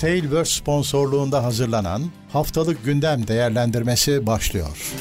Tailverse sponsorluğunda hazırlanan Haftalık Gündem Değerlendirmesi başlıyor.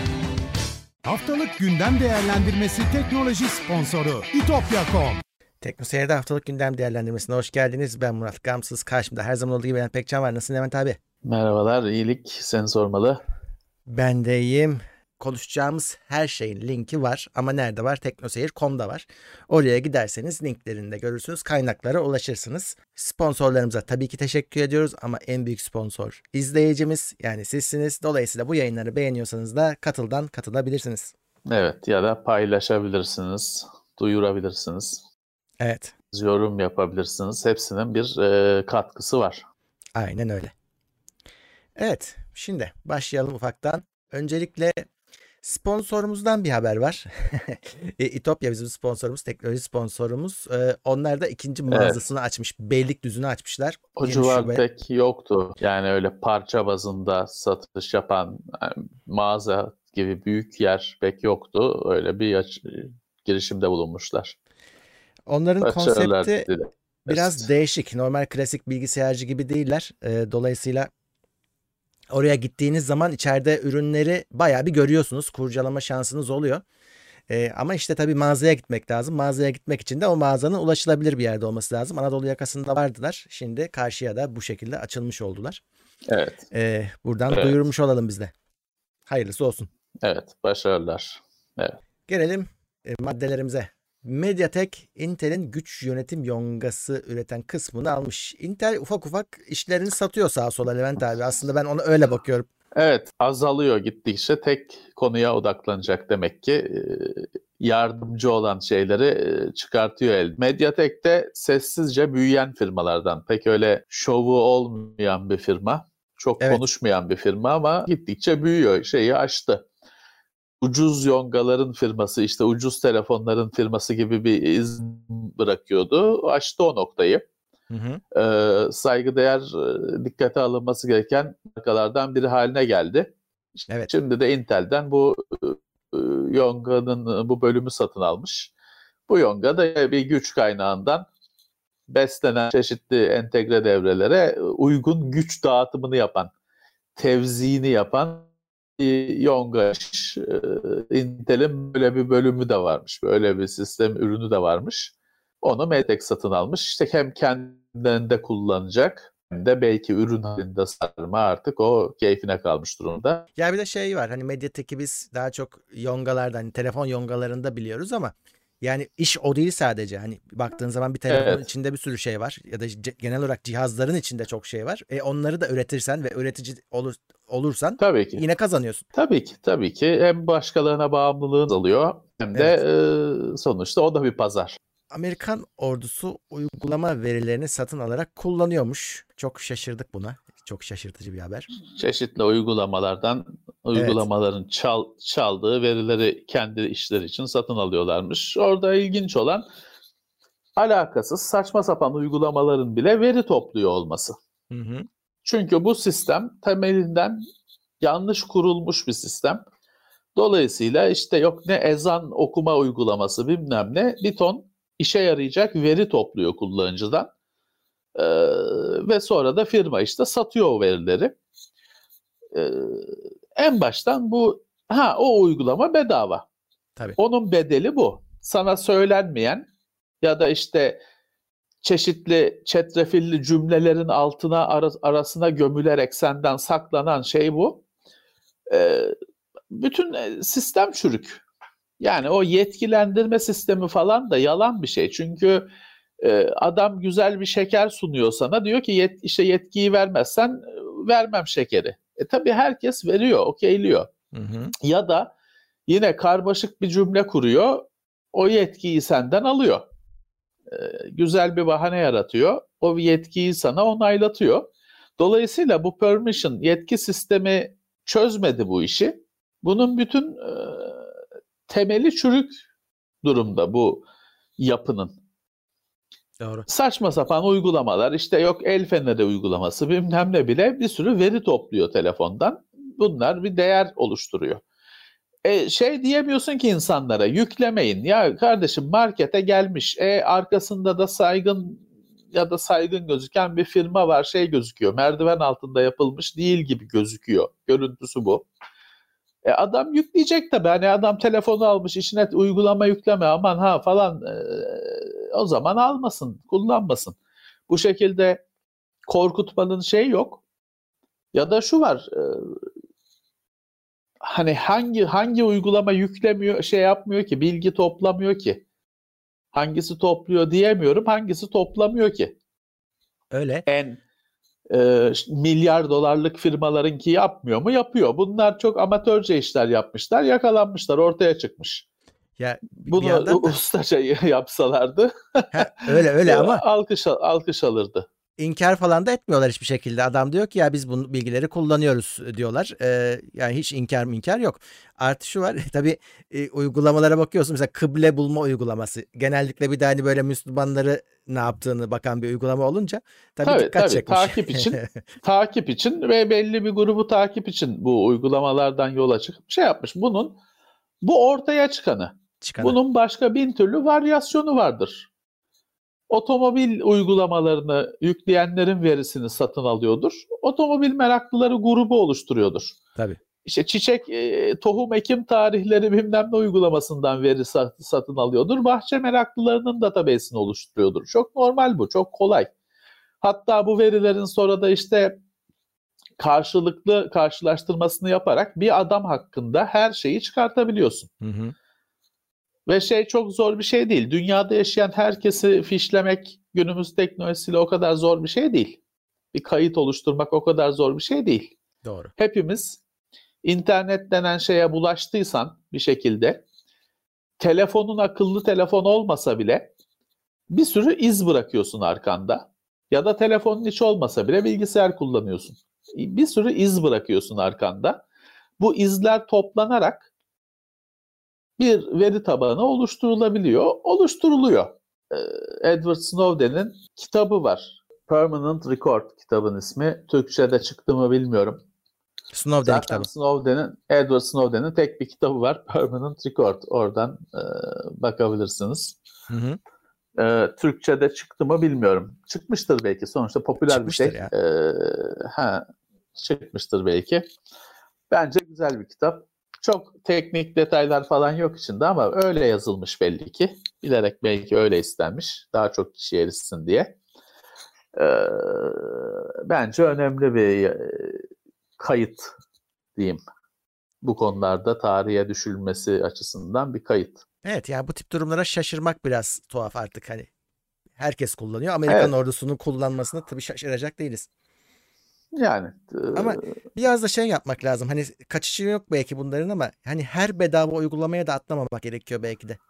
Haftalık Gündem Değerlendirmesi teknoloji sponsoru itopya.com. TeknoSeyir'de Haftalık Gündem Değerlendirmesi'ne hoş geldiniz. Ben Murat Gamsız. Karşımda her zaman olduğu gibi Levent Pekcan var. Nasılsın Levent abi? Merhabalar, iyilik. Seni sormalı. Ben de iyiyim. Konuşacağımız her şeyin linki var ama nerede var? TeknoSeyir.com'da var. Oraya giderseniz linklerini de görürsünüz. Kaynaklara ulaşırsınız. Sponsorlarımıza tabii ki teşekkür ediyoruz ama en büyük sponsor izleyicimiz, yani sizsiniz. Dolayısıyla bu yayınları beğeniyorsanız da Katıl'dan katılabilirsiniz. Evet, ya da paylaşabilirsiniz, duyurabilirsiniz. Evet. Yorum yapabilirsiniz. Hepsinin bir katkısı var. Aynen öyle. Evet, şimdi başlayalım ufaktan. Öncelikle sponsorumuzdan bir haber var. İtopya bizim sponsorumuz, teknoloji sponsorumuz. Onlar da ikinci mağazasını açmış. Beylikdüzü'nü açmışlar. O civar pek yoktu. Yani öyle parça bazında satış yapan mağaza gibi büyük yer pek yoktu. Öyle bir girişimde bulunmuşlar. Onların Başarılar konsepti dileriz. biraz değişik. Normal klasik bilgisayarcı gibi değiller. Dolayısıyla oraya gittiğiniz zaman içeride ürünleri bayağı bir görüyorsunuz. Kurcalama şansınız oluyor. Ama işte tabii mağazaya gitmek lazım. Mağazaya gitmek için de o mağazanın ulaşılabilir bir yerde olması lazım. Anadolu yakasında vardılar. Şimdi karşıya da bu şekilde açılmış oldular. Evet. Buradan duyurmuş olalım biz de. Hayırlısı olsun. Evet, başarılar. Evet. Gelelim maddelerimize. MediaTek, Intel'in güç yönetim yongası üreten kısmını almış. Intel ufak ufak işlerini satıyor sağa sola Levent abi. Aslında ben ona öyle bakıyorum. Evet, azalıyor gittikçe, tek konuya odaklanacak demek ki. Yardımcı olan şeyleri çıkartıyor elde. MediaTek de sessizce büyüyen firmalardan. Pek öyle şovu olmayan bir firma. Çok konuşmayan bir firma ama gittikçe büyüyor. Şeyi aştı. Ucuz yongaların firması, işte ucuz telefonların firması gibi bir iz bırakıyordu. Aştı o noktayı. Saygıdeğer, dikkate alınması gereken markalardan biri haline geldi. Evet. Şimdi de Intel'den bu yonganın bu bölümü satın almış. Bu yonga da bir güç kaynağından beslenen çeşitli entegre devrelere uygun güç dağıtımını yapan, tevziğini yapan yonga. Intel'in böyle bir bölümü de varmış. Böyle bir sistem ürünü de varmış. Onu MediaTek satın almış. İşte hem kendinde kullanacak hem de belki ürün halinde sarma, artık o keyfine kalmış durumda. Ya bir de şey var, hani MediaTek'i biz daha çok yongalarda, hani telefon yongalarında biliyoruz ama yani iş o değil sadece. Hani baktığın zaman bir telefonun içinde bir sürü şey var ya da genel olarak cihazların içinde çok şey var. Onları da üretirsen ve üretici olursan tabii ki yine kazanıyorsun. Tabii ki hem başkalarına bağımlılığın azalıyor hem de sonuçta o da bir pazar. Amerikan ordusu uygulama verilerini satın alarak kullanıyormuş. Çok şaşırdık buna. Çok şaşırtıcı bir haber. Çeşitli uygulamaların çaldığı verileri kendi işleri için satın alıyorlarmış. Orada ilginç olan, alakasız saçma sapan uygulamaların bile veri topluyor olması. Çünkü bu sistem temelinden yanlış kurulmuş bir sistem. Dolayısıyla işte yok ne ezan okuma uygulaması bilmem ne, bir ton işe yarayacak veri topluyor kullanıcıdan. Ve sonra da firma işte satıyor o verileri. En baştan o uygulama bedava. Tabii. Onun bedeli bu. Sana söylenmeyen ya da işte çeşitli çetrefilli cümlelerin altına arasına gömülerek senden saklanan şey bu. Bütün sistem çürük. Yani o yetkilendirme sistemi falan da yalan bir şey. Çünkü adam güzel bir şeker sunuyor sana. Diyor ki işte yetkiyi vermezsen vermem şekeri. Tabii herkes veriyor, okeyliyor. Ya da yine karmaşık bir cümle kuruyor. O yetkiyi senden alıyor. Güzel bir bahane yaratıyor. O yetkiyi sana onaylatıyor. Dolayısıyla bu permission, yetki sistemi çözmedi bu işi. Bunun bütün temeli çürük durumda bu yapının. Doğru. Saçma sapan uygulamalar, işte yok el feneri uygulaması bilmem ne, bile bir sürü veri topluyor telefondan. Bunlar bir değer oluşturuyor. Diyemiyorsun ki insanlara yüklemeyin. Ya kardeşim, markete gelmiş. Arkasında da saygın ya da saygın gözüken bir firma var, şey gözüküyor. Merdiven altında yapılmış değil gibi gözüküyor. Görüntüsü bu. Adam yükleyecek tabii. Hani adam telefonu almış, işine uygulama yükleme aman ha falan, o zaman almasın, kullanmasın. Bu şekilde korkutmanın şey yok. Ya da şu var, hani hangi uygulama yüklemiyor, şey yapmıyor ki, bilgi toplamıyor ki. Hangisi topluyor diyemiyorum, hangisi toplamıyor ki. Öyle. En milyar dolarlık firmalarınki yapmıyor mu? Yapıyor. Bunlar çok amatörce işler yapmışlar, yakalanmışlar, ortaya çıkmış. Ya Bunu ustaca yapsalardı öyle ama alkış alırdı. İnkar falan da etmiyorlar hiçbir şekilde. Adam diyor ki ya biz bu bilgileri kullanıyoruz diyorlar. Yani hiç inkar yok. Artı şu var tabii, uygulamalara bakıyorsun. Mesela kıble bulma uygulaması. Genellikle bir de hani böyle Müslümanları ne yaptığını bakan bir uygulama olunca tabii dikkat çekmiş. Takip için ve belli bir grubu takip için bu uygulamalardan yola çıkıp şey yapmış. Bu ortaya çıkanı. Bunun başka bin türlü varyasyonu vardır. Otomobil uygulamalarını yükleyenlerin verisini satın alıyordur. Otomobil meraklıları grubu oluşturuyordur. Tabii. İşte çiçek, tohum ekim tarihleri bilmem ne uygulamasından veri satın alıyordur. Bahçe meraklılarının database'ini oluşturuyordur. Çok normal bu, çok kolay. Hatta bu verilerin sonra da işte karşılıklı karşılaştırmasını yaparak bir adam hakkında her şeyi çıkartabiliyorsun. Hı. Ve şey çok zor bir şey değil. Dünyada yaşayan herkesi fişlemek günümüz teknolojisiyle o kadar zor bir şey değil. Bir kayıt oluşturmak o kadar zor bir şey değil. Doğru. Hepimiz internet denen şeye bulaştıysan bir şekilde, telefonun akıllı telefon olmasa bile bir sürü iz bırakıyorsun arkanda. Ya da telefonun hiç olmasa bile bilgisayar kullanıyorsun. Bir sürü iz bırakıyorsun arkanda. Bu izler toplanarak bir veri tabanı oluşturuluyor. Edward Snowden'in kitabı var. Permanent Record kitabın ismi. Türkçe'de çıktı mı bilmiyorum. Snowden'in kitabı. Edward Snowden'in tek bir kitabı var. Permanent Record. Oradan bakabilirsiniz. Hı. Türkçe'de çıktı mı bilmiyorum. Çıkmıştır belki. Sonuçta popüler Çıkmıştır bir şey. Çıkmıştır belki. Bence güzel bir kitap. Çok teknik detaylar falan yok içinde ama öyle yazılmış belli ki. Bilerek belki öyle istenmiş. Daha çok kişiye erişsin diye. Bence önemli bir kayıt diyeyim. Bu konularda tarihe düşülmesi açısından bir kayıt. Evet, yani bu tip durumlara şaşırmak biraz tuhaf artık hani. Herkes kullanıyor. Amerikan ordusunun kullanmasına tabii şaşıracak değiliz. Yani ama biraz da şey yapmak lazım. Hani kaçışı yok belki bunların ama hani her bedava uygulamaya da atlamamak gerekiyor belki de.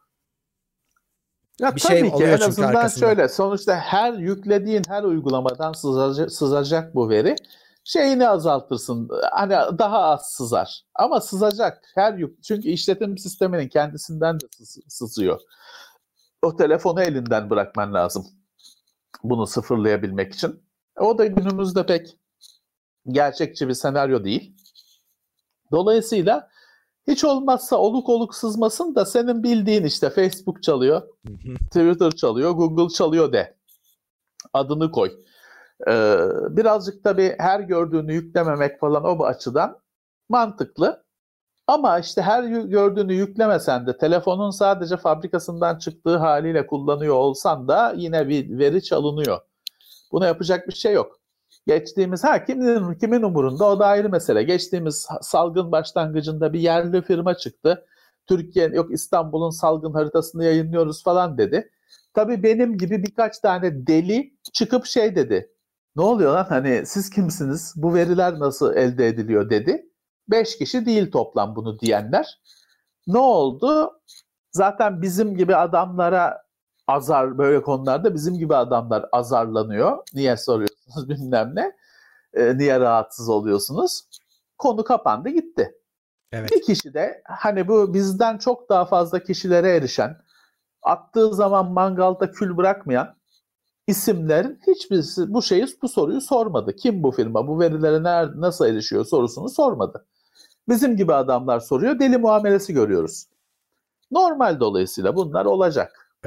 Ya bir tabii şey ki oluyor en çünkü azından arkasında. şöyle, sonuçta her yüklediğin her uygulamadan sızacak bu veri. Şeyini azaltırsın. Hani daha az sızar. Ama sızacak çünkü işletim sisteminin kendisinden de sızıyor. O telefonu elinden bırakman lazım bunu sıfırlayabilmek için. O da günümüzde pek gerçekçi bir senaryo değil. Dolayısıyla hiç olmazsa oluk oluk sızmasın da senin bildiğin işte Facebook çalıyor, Twitter çalıyor, Google çalıyor de. Adını koy. Birazcık tabii her gördüğünü yüklememek falan o açıdan mantıklı. Ama işte her gördüğünü yüklemesen de telefonun sadece fabrikasından çıktığı haliyle kullanıyor olsan da yine bir veri çalınıyor. Buna yapacak bir şey yok. Geçtiğimiz kimin umurunda, o da ayrı mesele. Geçtiğimiz salgın başlangıcında bir yerli firma çıktı. İstanbul'un salgın haritasını yayınlıyoruz falan dedi. Tabii benim gibi birkaç tane deli çıkıp şey dedi. Ne oluyor lan, hani siz kimsiniz? Bu veriler nasıl elde ediliyor dedi. 5 kişi değil toplam bunu diyenler. Ne oldu? Zaten bizim gibi adamlara böyle konularda bizim gibi adamlar azarlanıyor. Niye soruyorsunuz bilmem ne. Niye rahatsız oluyorsunuz? Konu kapandı gitti. Evet. Bir kişi de hani bu bizden çok daha fazla kişilere erişen, attığı zaman mangalda kül bırakmayan isimlerin hiçbirisi bu soruyu sormadı. Kim bu firma? Bu verilere nasıl erişiyor sorusunu sormadı. Bizim gibi adamlar soruyor. Deli muamelesi görüyoruz. Normal, dolayısıyla bunlar olacak. Öyle.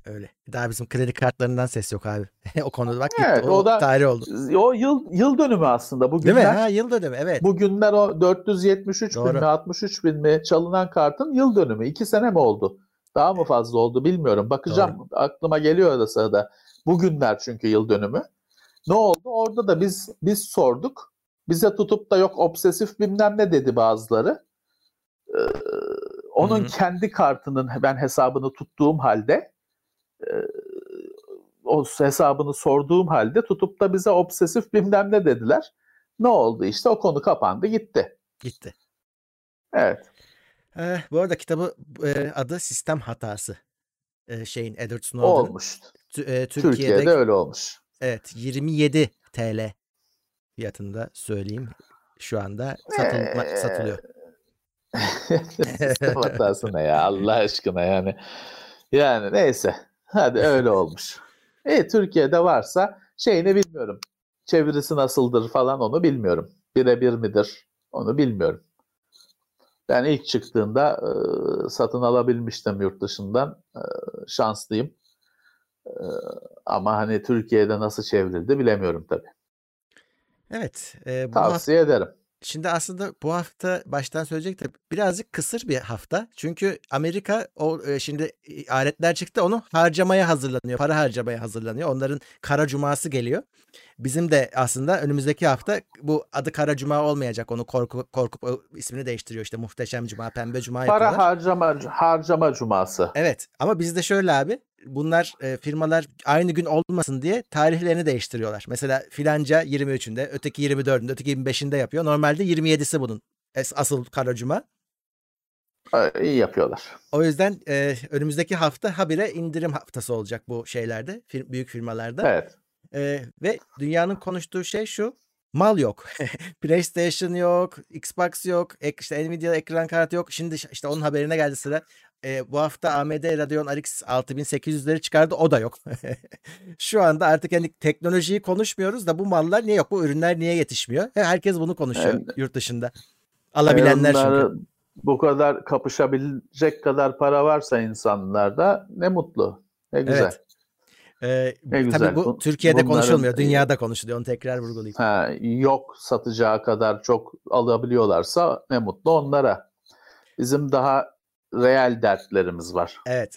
Öyle. Daha bizim kredi kartlarından ses yok abi. O konuda bak gitti. Evet, O o da tarih oldu. o yıl dönümü aslında Değil mi? bugünler. Ha, yıl dönümü, evet. Bugünler o 473 bin Doğru. mi 63 bin mi çalınan kartın yıl dönümü. 2 sene mi oldu? Daha mı fazla oldu bilmiyorum. Bakacağım, aklıma geliyor arada sırada. Bugünler çünkü yıl dönümü. Ne oldu? Orada da biz sorduk. Bize tutup da yok obsesif bilmem ne dedi bazıları. Onun kendi kartının ben hesabını tuttuğum halde o hesabını sorduğum halde tutup da bize obsesif bilmem ne dediler. Ne oldu işte? O konu kapandı gitti. Gitti. Evet. Bu arada kitabı adı Sistem Hatası. Edward Snowden'ın. Olmuş. Türkiye'de öyle olmuş. Evet, 27 TL fiyatında söyleyeyim. Şu anda satılıyor. Sistem hatası ne ya Allah aşkına yani. Yani neyse. Hadi öyle olmuş. Türkiye'de varsa şeyini bilmiyorum. Çevirisi nasıldır falan onu bilmiyorum. Birebir midir onu bilmiyorum. Ben ilk çıktığında satın alabilmiştim yurt dışından. Şanslıyım. Ama hani Türkiye'de nasıl çevrildi bilemiyorum tabii. Evet. Tavsiye ederim. Şimdi aslında bu hafta baştan söyleyecektim. Birazcık kısır bir hafta. Çünkü Amerika şimdi aletler çıktı, onu harcamaya hazırlanıyor. Para harcamaya hazırlanıyor. Onların Kara Cuması geliyor. Bizim de aslında önümüzdeki hafta bu adı Kara Cuma olmayacak. Onu korkup ismini değiştiriyor. İşte Muhteşem Cuma, Pembe Cuma yapıyorlar. Para harcama cuması. Evet, ama bizde şöyle abi. Bunlar firmalar aynı gün olmasın diye tarihlerini değiştiriyorlar. Mesela filanca 23'ünde, öteki 24'ünde, öteki 25'inde yapıyor. Normalde 27'si bunun asıl Kara Cuma. İyi yapıyorlar. O yüzden önümüzdeki hafta habire indirim haftası olacak bu şeylerde, büyük firmalarda. Evet. Ve dünyanın konuştuğu şey şu: mal yok. PlayStation yok, Xbox yok, işte Nvidia ekran kartı yok. Şimdi işte onun haberine geldi sıra. Bu hafta AMD Radeon RX 6800'leri çıkardı, o da yok. Şu anda artık hani teknolojiyi konuşmuyoruz da bu mallar niye yok, bu ürünler niye yetişmiyor? Herkes bunu konuşuyor yurt dışında. Alabilenler çünkü. Bu kadar kapışabilecek kadar para varsa insanlarda ne mutlu, ne güzel. Evet. Ne güzel. Tabii bu Türkiye'de konuşulmuyor, dünyada konuşuluyor. Onu tekrar vurgulayayım. Yok satacağı kadar çok alabiliyorlarsa ne mutlu onlara. Bizim daha reel dertlerimiz var. Evet.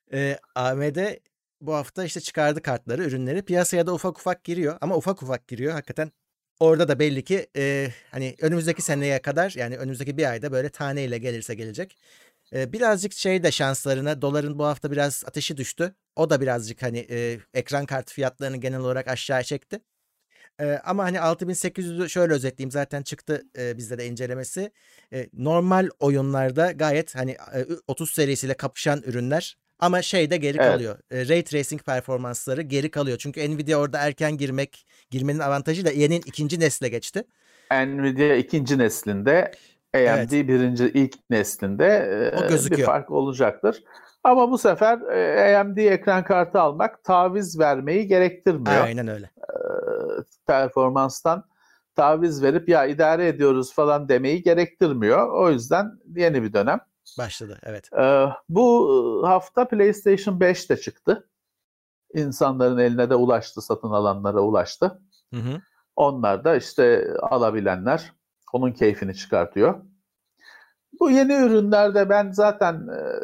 AMD bu hafta işte çıkardı kartları, ürünleri. Piyasaya da ufak ufak giriyor. Ama ufak ufak giriyor hakikaten. Orada da belli ki hani önümüzdeki seneye kadar, yani önümüzdeki bir ayda böyle taneyle gelirse gelecek. Birazcık de şanslarına, doların bu hafta biraz ateşi düştü. O da birazcık hani ekran kartı fiyatlarını genel olarak aşağı çekti. Ama hani 6800'ü şöyle özetleyeyim, zaten çıktı bizde de incelemesi. Normal oyunlarda gayet hani 30 serisiyle kapışan ürünler, ama de geri kalıyor. Ray Tracing performansları geri kalıyor. Çünkü Nvidia orada erken girmenin avantajıyla yeni ikinci nesle geçti. Nvidia ikinci neslinde, AMD ilk neslinde bir fark olacaktır. Ama bu sefer AMD ekran kartı almak taviz vermeyi gerektirmiyor. Aynen öyle. Performanstan taviz verip ya idare ediyoruz falan demeyi gerektirmiyor. O yüzden yeni bir dönem başladı. Evet. Bu hafta PlayStation 5 de çıktı. İnsanların eline de ulaştı, satın alanlara ulaştı. Hı. Onlar da işte alabilenler onun keyfini çıkartıyor. Bu yeni ürünlerde ben zaten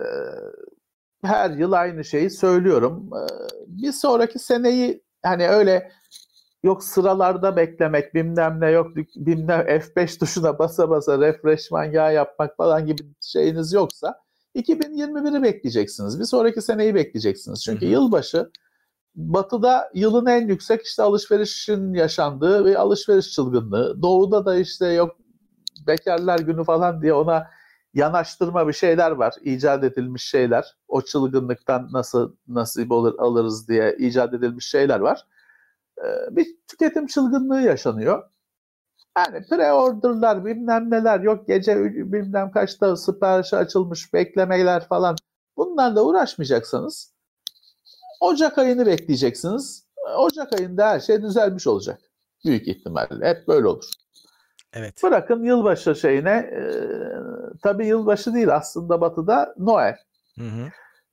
her yıl aynı şeyi söylüyorum. Bir sonraki seneyi hani öyle yok sıralarda beklemek, bilmem ne, yok bilmem F5 tuşuna basa basa refresh manyağı yapmak falan gibi şeyiniz yoksa 2021'i bekleyeceksiniz. Bir sonraki seneyi bekleyeceksiniz. Çünkü yılbaşı Batı'da yılın en yüksek işte alışverişin yaşandığı ve alışveriş çılgınlığı. Doğu'da da işte yok bekarlar günü falan diye ona yanaştırma bir şeyler var. İcat edilmiş şeyler. O çılgınlıktan nasıl nasip alırız diye icat edilmiş şeyler var. Bir tüketim çılgınlığı yaşanıyor. Yani pre-order'lar bilmem neler, yok gece bilmem kaçta siparişi açılmış beklemeler falan, bunlarla uğraşmayacaksanız Ocak ayını bekleyeceksiniz. Ocak ayında her şey düzelmiş olacak. Büyük ihtimalle. Hep böyle olur. Evet. Bırakın yılbaşı şeyine, tabii yılbaşı değil aslında Batı'da Noel.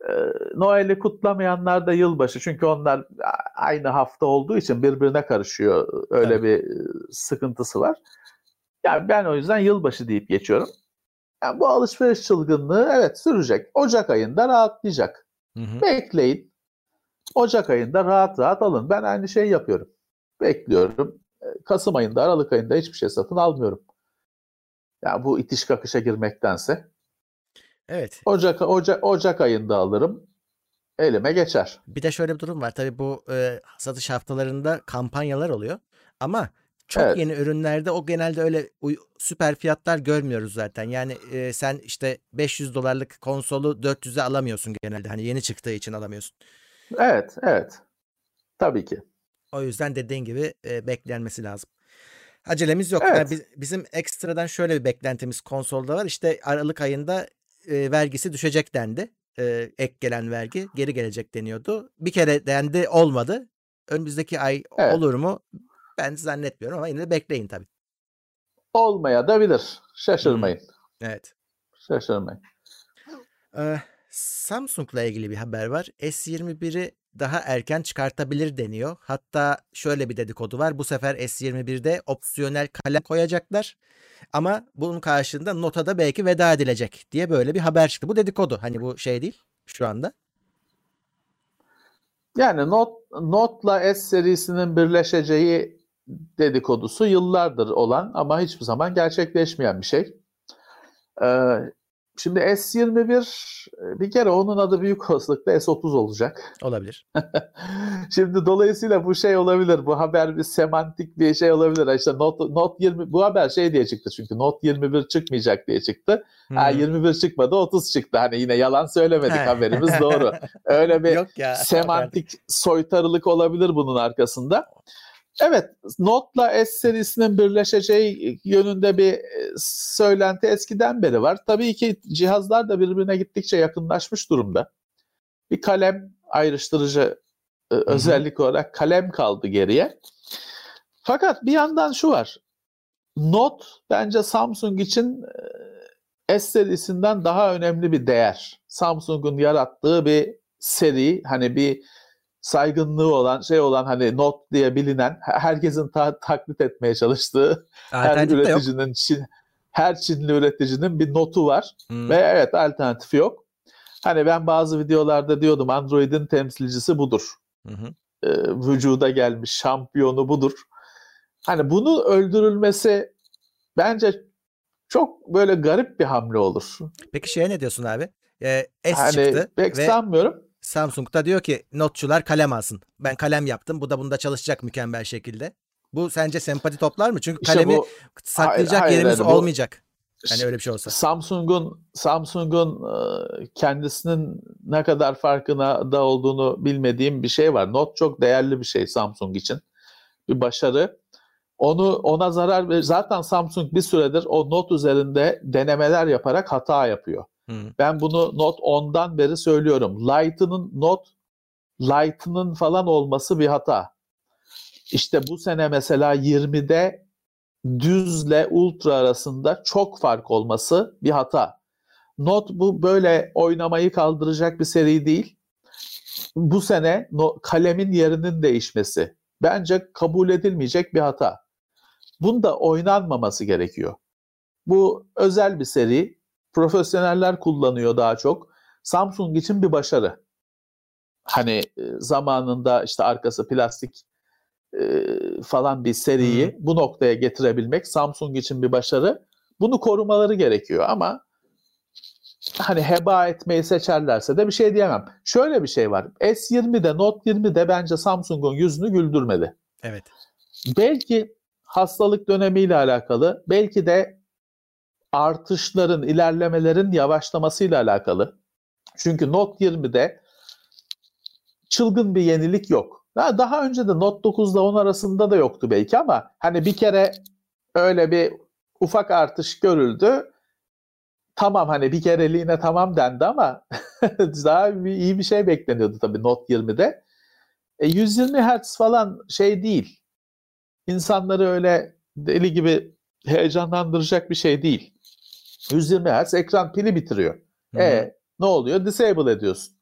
Noel'i kutlamayanlar da yılbaşı. Çünkü onlar aynı hafta olduğu için birbirine karışıyor. Öyle Tabii. bir sıkıntısı var. Yani ben o yüzden yılbaşı deyip geçiyorum. Yani bu alışveriş çılgınlığı evet sürecek. Ocak ayında rahatlayacak. Bekleyin. Ocak ayında rahat rahat alın. Ben aynı şeyi yapıyorum. Bekliyorum. Kasım ayında, Aralık ayında hiçbir şey satın almıyorum. Yani bu itiş kakışa girmektense. Evet. Ocak ayında alırım. Elime geçer. Bir de şöyle bir durum var. Tabii bu satış haftalarında kampanyalar oluyor. Ama çok Evet. yeni ürünlerde o genelde öyle süper fiyatlar görmüyoruz zaten. Yani sen işte $500 konsolu 400'e alamıyorsun genelde. Hani yeni çıktığı için alamıyorsun. Evet, evet. Tabii ki. O yüzden dediğin gibi beklenmesi lazım. Acelemiz yok. Evet. Yani bizim ekstradan şöyle bir beklentimiz konsolda var. İşte Aralık ayında vergisi düşecek dendi. Ek gelen vergi geri gelecek deniyordu. Bir kere dendi, olmadı. Önümüzdeki ay Evet. olur mu? Ben zannetmiyorum ama yine de bekleyin tabii. Olmaya da bilir. Şaşırmayın. Evet. Şaşırmayın. Samsung'la ilgili bir haber var. S21'i daha erken çıkartabilir deniyor. Hatta şöyle bir dedikodu var. Bu sefer S21'de opsiyonel kalem koyacaklar. Ama bunun karşılığında Note'a da belki veda edilecek diye böyle bir haber çıktı. Bu dedikodu. Hani bu şey değil şu anda. Yani Note'la S serisinin birleşeceği dedikodusu yıllardır olan ama hiçbir zaman gerçekleşmeyen bir şey. Şimdi S21 bir kere onun adı büyük olasılıkla S30 olacak. Olabilir. Şimdi dolayısıyla bu şey olabilir. Bu haber bir semantik bir şey olabilir. İşte Note 20 bu haber şey diye çıktı çünkü Note 21 çıkmayacak diye çıktı. 21 çıkmadı, 30 çıktı. Hani yine yalan söylemedik, haberimiz doğru. Öyle bir Yok ya, semantik soytarılık olabilir bunun arkasında. Evet, Note'la S serisinin birleşeceği yönünde bir söylenti eskiden beri var. Tabii ki cihazlar da birbirine gittikçe yakınlaşmış durumda. Bir kalem ayrıştırıcı özellik olarak kalem kaldı geriye. Fakat bir yandan şu var. Note bence Samsung için S serisinden daha önemli bir değer. Samsung'un yarattığı bir seri, hani bir saygınlığı olan, şey olan, hani Note diye bilinen, herkesin taklit etmeye çalıştığı, her Çinli üreticinin bir Note'u var. Ve evet, alternatifi yok. Hani ben bazı videolarda diyordum Android'in temsilcisi budur. Vücuda gelmiş şampiyonu budur. Hani bunu öldürülmesi bence çok böyle garip bir hamle olur. Peki şeye ne diyorsun abi? S hani çıktı pek ve sanmıyorum. Samsung da diyor ki notçular kalem alsın. Ben kalem yaptım. Bu da bunda çalışacak mükemmel şekilde. Bu sence sempati toplar mı? Çünkü İşte kalemi bu, saklayacak yerimiz bu, olmayacak. Yani öyle bir şey olsa. Samsung'un kendisinin ne kadar farkına da olduğunu bilmediğim bir şey var. Note çok değerli bir şey Samsung için. Bir başarı. Ona zarar verir. Zaten Samsung bir süredir o Note üzerinde denemeler yaparak hata yapıyor. Ben bunu Note 10'dan beri söylüyorum. Lite'ının falan olması bir hata. İşte bu sene mesela 20'de düzle ultra arasında çok fark olması bir hata. Note bu böyle oynamayı kaldıracak bir seri değil. Bu sene kalemin yerinin değişmesi bence kabul edilmeyecek bir hata. Bunda oynanmaması gerekiyor. Bu özel bir seri. Profesyoneller kullanıyor daha çok. Samsung için bir başarı. Hani zamanında işte arkası plastik falan bir seriyi bu noktaya getirebilmek Samsung için bir başarı. Bunu korumaları gerekiyor ama hani heba etmeyi seçerlerse de bir şey diyemem. Şöyle bir şey var. S20'de, Note 20'de bence Samsung'un yüzünü güldürmedi. Evet. Belki hastalık dönemiyle alakalı, belki de artışların, ilerlemelerin yavaşlamasıyla alakalı. Çünkü Note 20'de çılgın bir yenilik yok. Daha önce de Note 9 ile 10 arasında da yoktu belki ama hani bir kere öyle bir ufak artış görüldü. Tamam, hani bir kereliğine tamam dendi ama daha iyi bir şey bekleniyordu tabii Note 20'de. 120 Hz falan şey değil. İnsanları öyle deli gibi heyecanlandıracak bir şey değil. 120 Hz ekran pili bitiriyor. Ne oluyor? Disable ediyorsun.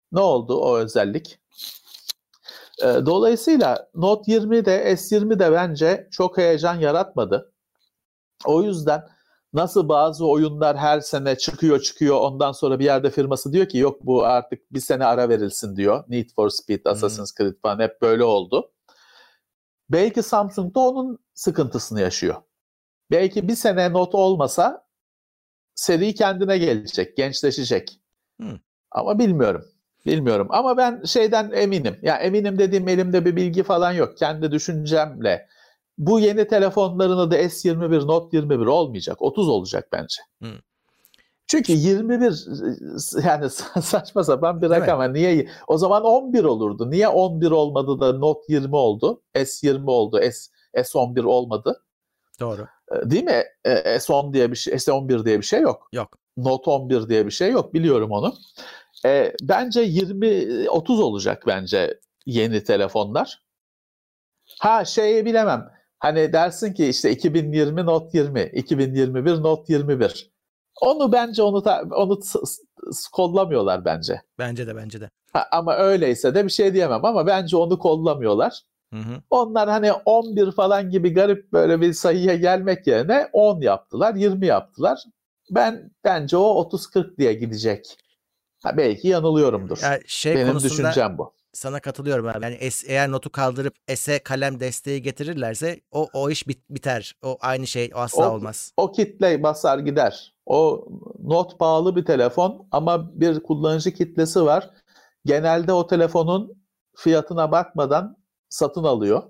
Ne oldu o özellik? Dolayısıyla Note 20 de S20 de bence çok heyecan yaratmadı. O yüzden nasıl bazı oyunlar her sene çıkıyor ondan sonra bir yerde firması diyor ki yok bu artık bir sene ara verilsin diyor. Need for Speed, Assassin's Creed falan hep böyle oldu. Belki Samsung da onun sıkıntısını yaşıyor. Belki bir sene Note olmasa seri kendine gelecek, gençleşecek. Ama bilmiyorum. Ama ben şeyden eminim. Ya eminim dediğim elimde bir bilgi falan yok. Kendi düşüncemle. Bu yeni telefonların adı S21, Note 21 olmayacak. 30 olacak bence. Çünkü 21 yani saçma sapan bir rakam. Yani niye? O zaman 11 olurdu. Niye 11 olmadı da Note 20 oldu? S20 oldu. S11 olmadı. Doğru. Değil mi? S10 diye bir şey, S11 diye bir şey yok. Yok. Note 11 diye bir şey yok. Biliyorum onu. Bence 20-30 olacak bence yeni telefonlar. Şeyi bilemem. Hani dersin ki işte 2020 Note 20, 2021 Note 21. Onu kollamıyorlar bence. Bence de. Ama öyleyse de bir şey diyemem ama bence onu kollamıyorlar. Onlar hani 11 falan gibi garip böyle bir sayıya gelmek yerine 10 yaptılar, 20 yaptılar. Bence o 30-40 diye gidecek. Belki yanılıyorumdur. Yani Benim düşüncem bu. Sana katılıyorum abi. Yani eğer Note'u kaldırıp S'e kalem desteği getirirlerse o iş biter. O aynı şey asla olmaz. O kitle basar gider. O Note pahalı bir telefon ama bir kullanıcı kitlesi var. Genelde o telefonun fiyatına bakmadan satın alıyor.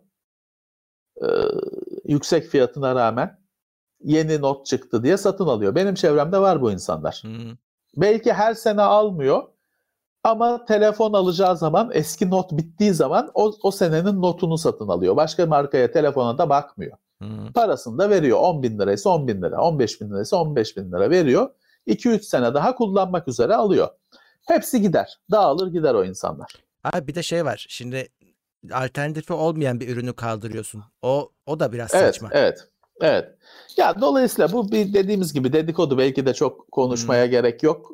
Yüksek fiyatına rağmen yeni Note çıktı diye satın alıyor. Benim çevremde var bu insanlar. Belki her sene almıyor ama telefon alacağı zaman eski Note bittiği zaman o senenin Note'unu satın alıyor. Başka markaya telefona da bakmıyor. Parasını da veriyor. 10 bin liraysa 10 bin lira, 15 bin liraysa 15 bin lira veriyor. 2-3 sene daha kullanmak üzere alıyor. Hepsi gider. Dağılır gider o insanlar. Abi bir de var. Şimdi alternatifi olmayan bir ürünü kaldırıyorsun. O da biraz saçma. Evet. Ya dolayısıyla bu bir dediğimiz gibi dedikodu, belki de çok konuşmaya gerek yok.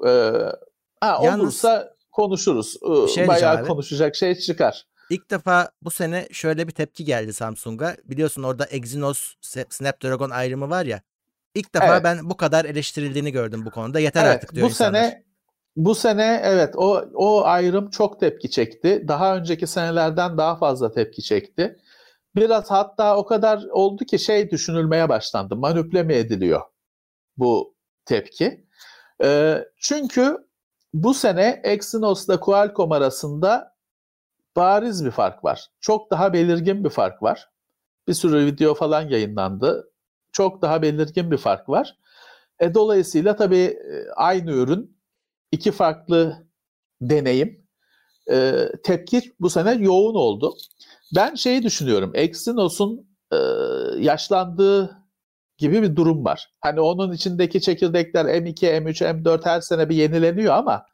Olursa konuşuruz. Bayağı konuşacak şey çıkar. İlk defa bu sene şöyle bir tepki geldi Samsung'a. Biliyorsun orada Exynos Snapdragon ayrımı var ya. İlk defa ben bu kadar eleştirildiğini gördüm bu konuda. Yeter artık diyor insanlar. Bu sene evet o ayrım çok tepki çekti. Daha önceki senelerden daha fazla tepki çekti. Biraz hatta o kadar oldu ki düşünülmeye başlandı. Manipüle mi ediliyor bu tepki? Çünkü bu sene Exynos'la Qualcomm arasında bariz bir fark var. Çok daha belirgin bir fark var. Bir sürü video falan yayınlandı. Çok daha belirgin bir fark var. Dolayısıyla tabii aynı ürün, iki farklı deneyim. Tepki bu sene yoğun oldu. Ben düşünüyorum. Exynos'un yaşlandığı gibi bir durum var. Hani onun içindeki çekirdekler M2, M3, M4 her sene bir yenileniyor ama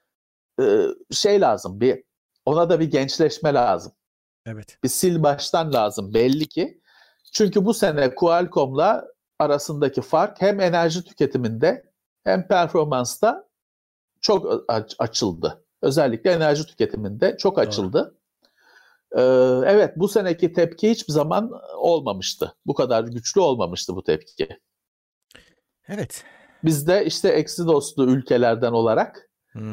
lazım. Ona da bir gençleşme lazım. Evet. Bir sil baştan lazım belli ki. Çünkü bu sene Qualcomm'la arasındaki fark hem enerji tüketiminde hem performansta çok açıldı. Özellikle enerji tüketiminde çok açıldı. Evet, bu seneki tepki hiçbir zaman olmamıştı. Bu kadar güçlü olmamıştı bu tepki. Evet. Biz de Exynos'lu ülkelerden olarak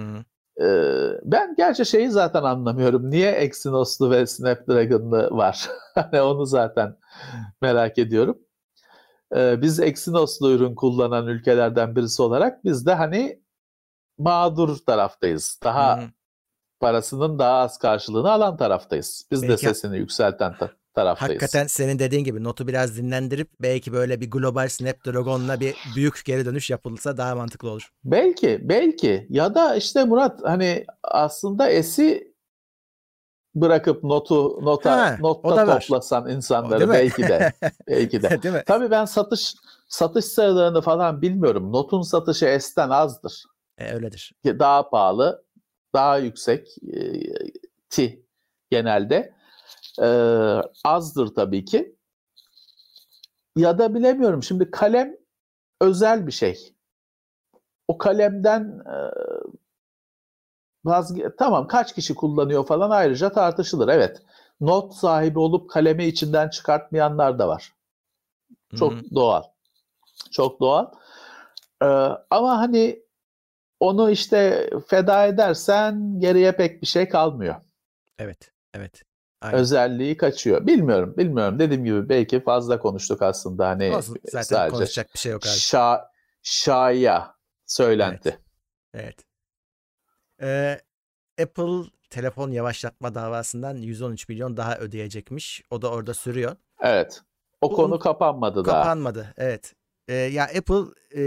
ben gerçi zaten anlamıyorum. Niye Exynos'lu ve Snapdragon'lı var? Onu zaten merak ediyorum. Biz Exynos'lu ürün kullanan ülkelerden birisi olarak biz de mağdur taraftayız. Parasının daha az karşılığını alan taraftayız. Biz de sesini yükselten taraftayız. Hakikaten senin dediğin gibi Note'u biraz dinlendirip belki böyle bir global Snapdragon'la bir büyük geri dönüş yapılırsa daha mantıklı olur. Belki ya da Murat aslında S'i bırakıp notta toplasan insanları belki de. Değil mi? Tabii ben satış sayılarını falan bilmiyorum. Note'un satışı S'ten azdır. Öyledir. Daha pahalı, daha yüksek genelde azdır tabii ki. Ya da bilemiyorum. Şimdi kalem özel bir şey. O kalemden tamam, kaç kişi kullanıyor falan ayrıca tartışılır. Evet. Not sahibi olup kalemi içinden çıkartmayanlar da var. Çok doğal. Çok doğal. Ama hani onu işte feda edersen geriye pek bir şey kalmıyor. Evet. Aynen. Özelliği kaçıyor. Bilmiyorum. Dediğim gibi belki fazla konuştuk aslında. Hani Olsun, zaten sadece konuşacak bir şey yok abi. Şaya söylenti. Evet. Apple telefon yavaşlatma davasından 113 milyon daha ödeyecekmiş. O da orada sürüyor. Evet. O konu kapanmadı daha. Kapanmadı. Evet. Ya Apple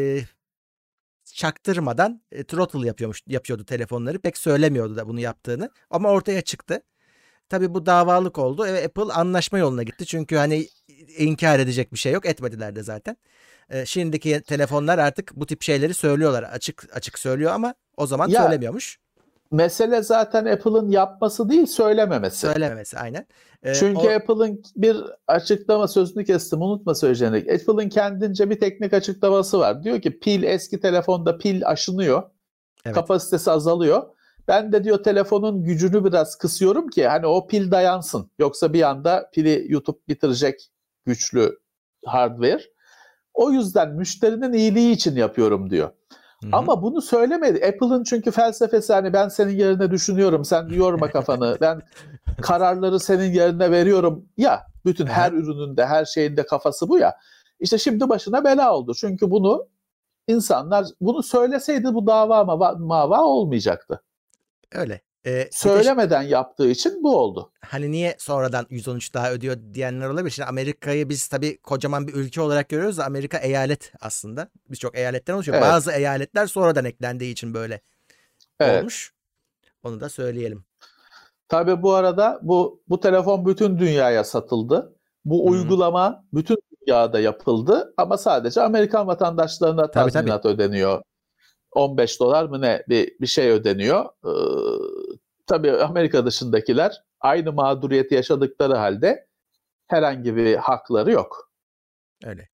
çaktırmadan throttle yapıyordu telefonları. Pek söylemiyordu da bunu yaptığını. Ama ortaya çıktı. Tabii bu davalık oldu. Apple anlaşma yoluna gitti. Çünkü hani inkar edecek bir şey yok. Etmediler de zaten. Şimdiki telefonlar artık bu tip şeyleri söylüyorlar. Açık söylüyor ama o zaman söylemiyormuş. Mesele zaten Apple'ın yapması değil, söylememesi. Söylememesi aynen. Çünkü Apple'ın bir açıklama, sözünü kestim, unutma söyleyeceğini. Apple'ın kendince bir teknik açıklaması var. Diyor ki eski telefonda pil aşınıyor. Evet. Kapasitesi azalıyor. Ben de diyor telefonun gücünü biraz kısıyorum ki hani o pil dayansın. Yoksa bir anda pili yutup bitirecek güçlü hardware. O yüzden müşterinin iyiliği için yapıyorum diyor. Hı-hı. Ama bunu söylemedi. Apple'ın çünkü felsefesi hani ben senin yerine düşünüyorum, sen yorma kafanı. Ben kararları senin yerine veriyorum ya. Bütün her ürününde, her şeyinde kafası bu ya. İşte şimdi başına bela oldu. Çünkü bunu insanlar söyleseydi bu mava olmayacaktı. Öyle. Söylemeden yaptığı için bu oldu. Hani niye sonradan 113 daha ödüyor diyenler olabilir. Şimdi Amerika'yı biz tabii kocaman bir ülke olarak görüyoruz da Amerika eyalet aslında. Birçok eyaletten oluşuyor. Evet. Bazı eyaletler sonradan eklendiği için böyle olmuş. Onu da söyleyelim. Tabii bu arada bu telefon bütün dünyaya satıldı. Bu uygulama bütün dünyada yapıldı ama sadece Amerikan vatandaşlarına tazminat ödeniyor. $15 mı ne bir şey ödeniyor. Tabii Amerika dışındakiler aynı mağduriyeti yaşadıkları halde herhangi bir hakları yok. Öyle.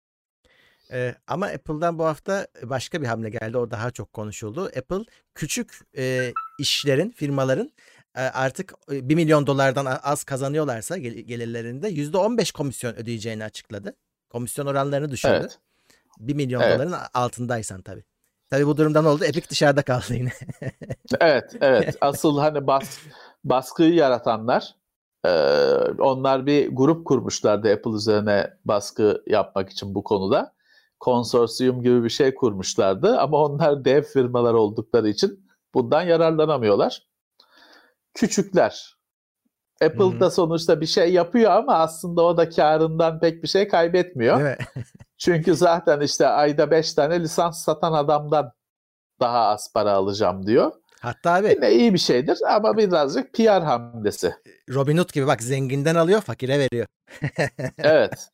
Ama Apple'dan bu hafta başka bir hamle geldi. O daha çok konuşuldu. Apple küçük işlerin, firmaların artık $1 milyon az kazanıyorlarsa gelirlerinde %15 komisyon ödeyeceğini açıkladı. Komisyon oranlarını düşürdü. Evet. $1 milyon altındaysan tabii. Tabii bu durumda ne oldu? Epic dışarıda kaldı yine. Evet. Asıl hani baskıyı yaratanlar, onlar bir grup kurmuşlardı Apple üzerine baskı yapmak için bu konuda. Konsorsiyum gibi bir şey kurmuşlardı ama onlar dev firmalar oldukları için bundan yararlanamıyorlar. Küçükler. Apple da sonuçta bir şey yapıyor ama aslında o da karından pek bir şey kaybetmiyor. Değil mi? Çünkü zaten işte ayda 5 tane lisans satan adamdan daha az para alacağım diyor. Hatta abi. Yine iyi bir şeydir ama birazcık PR hamlesi. Robin Hood gibi bak, zenginden alıyor, fakire veriyor. Evet.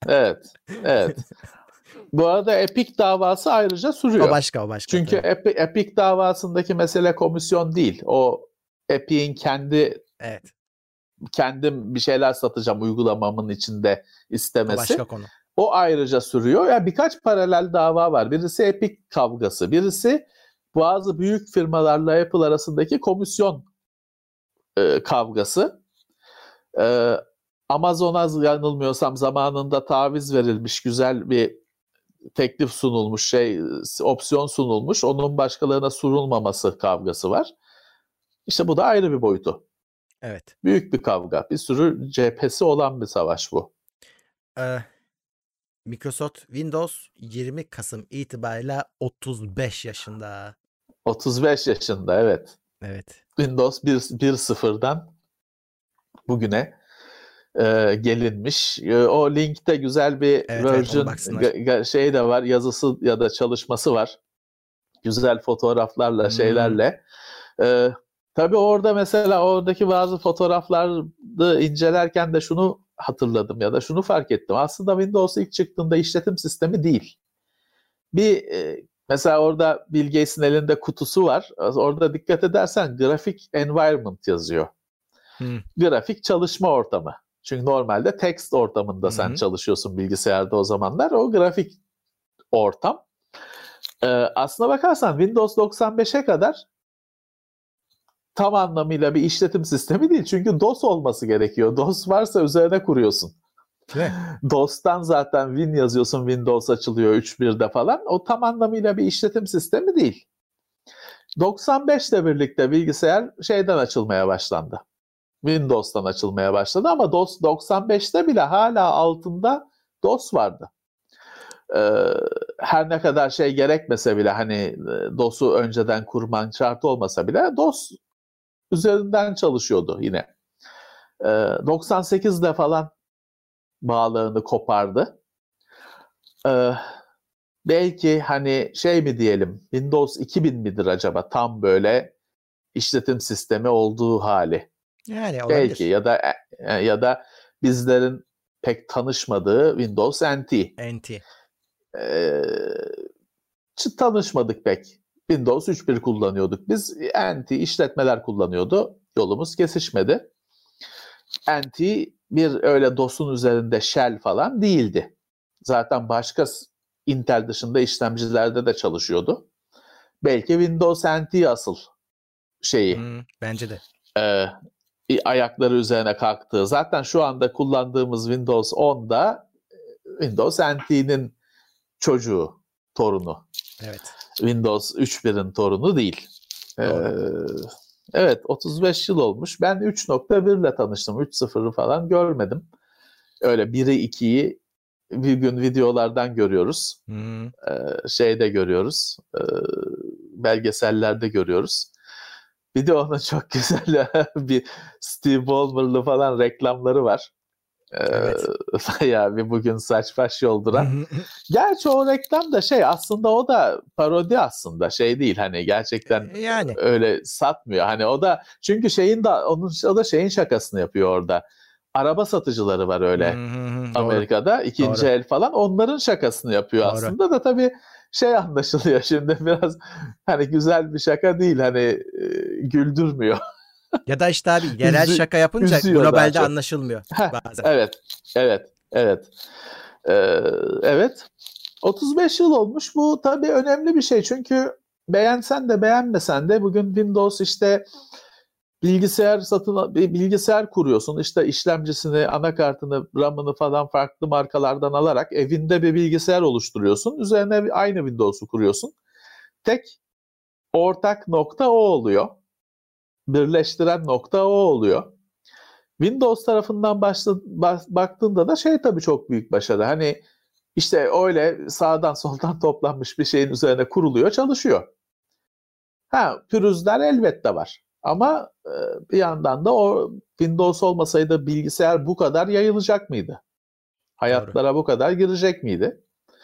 Bu arada Epic davası ayrıca sürüyor. O başka. Çünkü Epic davasındaki mesele komisyon değil. O Epic'in kendim bir şeyler satacağım uygulamamın içinde istemesi. O başka konu. O ayrıca sürüyor. Yani birkaç paralel dava var. Birisi Epic kavgası. Birisi bazı büyük firmalarla Apple arasındaki komisyon kavgası. Amazon'a yanılmıyorsam zamanında taviz verilmiş, güzel bir teklif sunulmuş, opsiyon sunulmuş. Onun başkalarına sunulmaması kavgası var. İşte bu da ayrı bir boyutu. Evet. Büyük bir kavga. Bir sürü cephesi olan bir savaş bu. Microsoft Windows 20 Kasım itibariyle 35 yaşında. 35 yaşında, evet. Windows 1.0'dan bugüne gelinmiş. O linkte güzel bir version şey de var, yazısı ya da çalışması var. Güzel fotoğraflarla, şeylerle. Tabii orada mesela oradaki bazı fotoğrafları incelerken de şunu hatırladım ya da şunu fark ettim. Aslında Windows ilk çıktığında işletim sistemi değil. Mesela orada Bill Gates'in elinde kutusu var. Orada dikkat edersen grafik environment yazıyor. Grafik çalışma ortamı. Çünkü normalde text ortamında sen çalışıyorsun bilgisayarda o zamanlar. O grafik ortam. Aslına bakarsan Windows 95'e kadar tam anlamıyla bir işletim sistemi değil. Çünkü DOS olması gerekiyor. DOS varsa üzerine kuruyorsun. DOS'tan zaten Win yazıyorsun, Windows açılıyor 3.1'de falan. O tam anlamıyla bir işletim sistemi değil. 95 ile birlikte bilgisayar şeyden açılmaya başlandı. Windows'tan açılmaya başladı ama DOS 95'te bile hala altında DOS vardı. Her ne kadar şey gerekmese bile, hani DOS'u önceden kurman şart olmasa bile DOS üzerinden çalışıyordu yine. 98'de falan bağlarını kopardı. Belki hani şey mi diyelim, Windows 2000 midir acaba tam böyle işletim sistemi olduğu hali? Yani olabilir. Belki ya da bizlerin pek tanışmadığı Windows NT. NT. Tanışmadık pek. Windows 3.1 kullanıyorduk. Biz NT işletmeler kullanıyordu. Yolumuz kesişmedi. NT bir öyle DOS'un üzerinde shell falan değildi. Zaten başka Intel dışında işlemcilerde de çalışıyordu. Belki Windows NT asıl şeyi. Bence de. Ayakları üzerine kalktığı. Zaten şu anda kullandığımız Windows 10'da Windows NT'nin çocuğu, torunu. Evet. Windows 3.1'in torunu değil. Evet, 35 yıl olmuş. Ben 3.1 ile tanıştım. 3.0'ı falan görmedim. Öyle 1'i 2'yi bir gün videolardan görüyoruz. Şeyde görüyoruz. Belgesellerde görüyoruz. Bir de onun çok güzel bir Steve Ballmer'lı falan reklamları var. Evet. Bayağı bir bugün saç baş yolduran. Gerçi o reklam da şey, aslında o da parodi, aslında şey değil, hani gerçekten yani öyle satmıyor. Hani o da çünkü o da şeyin şakasını yapıyor orada. Araba satıcıları var öyle Amerika'da, ikinci el falan, onların şakasını yapıyor. Doğru. Aslında da tabii şey anlaşılıyor şimdi biraz, hani güzel bir şaka değil, hani güldürmüyor. Ya da işte abi yerel şaka yapınca globalde anlaşılmıyor bazen. Evet. Evet. 35 yıl olmuş. Bu tabii önemli bir şey. Çünkü beğensen de beğenmesen de bugün Windows işte bilgisayar kuruyorsun. İşte işlemcisini, anakartını, RAM'ını falan farklı markalardan alarak evinde bir bilgisayar oluşturuyorsun. Üzerine aynı Windows'u kuruyorsun. Tek ortak nokta o oluyor. Birleştiren nokta o oluyor. Windows tarafından baktığında da şey tabii çok büyük başarı. Hani işte öyle sağdan soldan toplanmış bir şeyin üzerine kuruluyor, çalışıyor. Pürüzler elbette var. Ama bir yandan da o Windows olmasaydı bilgisayar bu kadar yayılacak mıydı? Hayatlara bu kadar girecek miydi?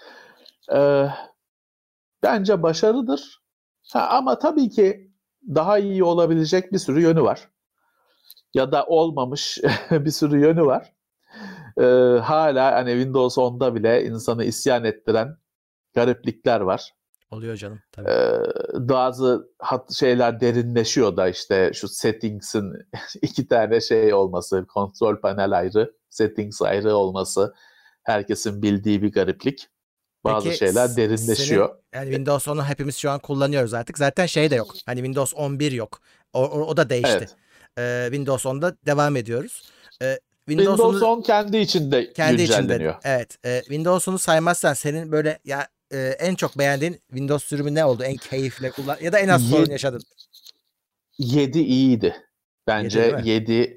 Bence başarıdır. Ama tabii ki daha iyi olabilecek bir sürü yönü var. Ya da olmamış bir sürü yönü var. Hala hani Windows 10'da bile insanı isyan ettiren gariplikler var. Oluyor canım tabii. Bazı şeyler derinleşiyor da, işte şu settings'in 2 tane şey olması, kontrol panel ayrı, settings ayrı olması herkesin bildiği bir gariplik. Bazı şeyler derinleşiyor. Yani Windows 10'u hepimiz şu an kullanıyoruz artık. Zaten şey de yok. Hani Windows 11 yok. O da değişti. Evet. Windows 10'da devam ediyoruz. Windows 10 kendi içinde güncelleniyor. Evet. Windows 10'u saymazsan senin böyle ya en çok beğendiğin Windows sürümü ne oldu? En keyifle kullan ya da en az sorun yaşadın? 7 iyiydi. Bence 7.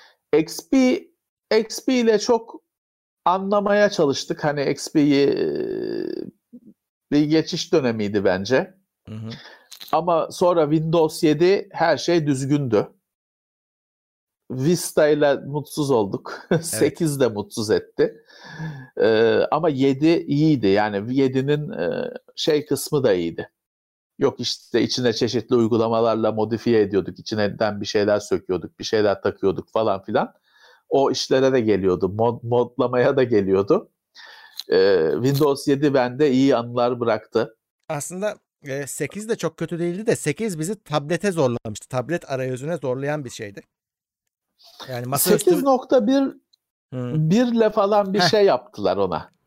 XP ile çok anlamaya çalıştık. Hani XP'yi bir geçiş dönemiydi bence. Ama sonra Windows 7 her şey düzgündü. Vista ile mutsuz olduk. Evet. 8 de mutsuz etti. Ama 7 iyiydi. Yani 7'nin şey kısmı da iyiydi. Yok işte içine çeşitli uygulamalarla modifiye ediyorduk. İçinden bir şeyler söküyorduk, bir şeyler takıyorduk falan filan. O işlere de geliyordu. Modlamaya da geliyordu. Windows 7 bende iyi anılar bıraktı. Aslında 8 de çok kötü değildi de 8 bizi tablete zorlamıştı. Tablet arayüzüne zorlayan bir şeydi. Yani 8.1 ile falan bir şey yaptılar ona.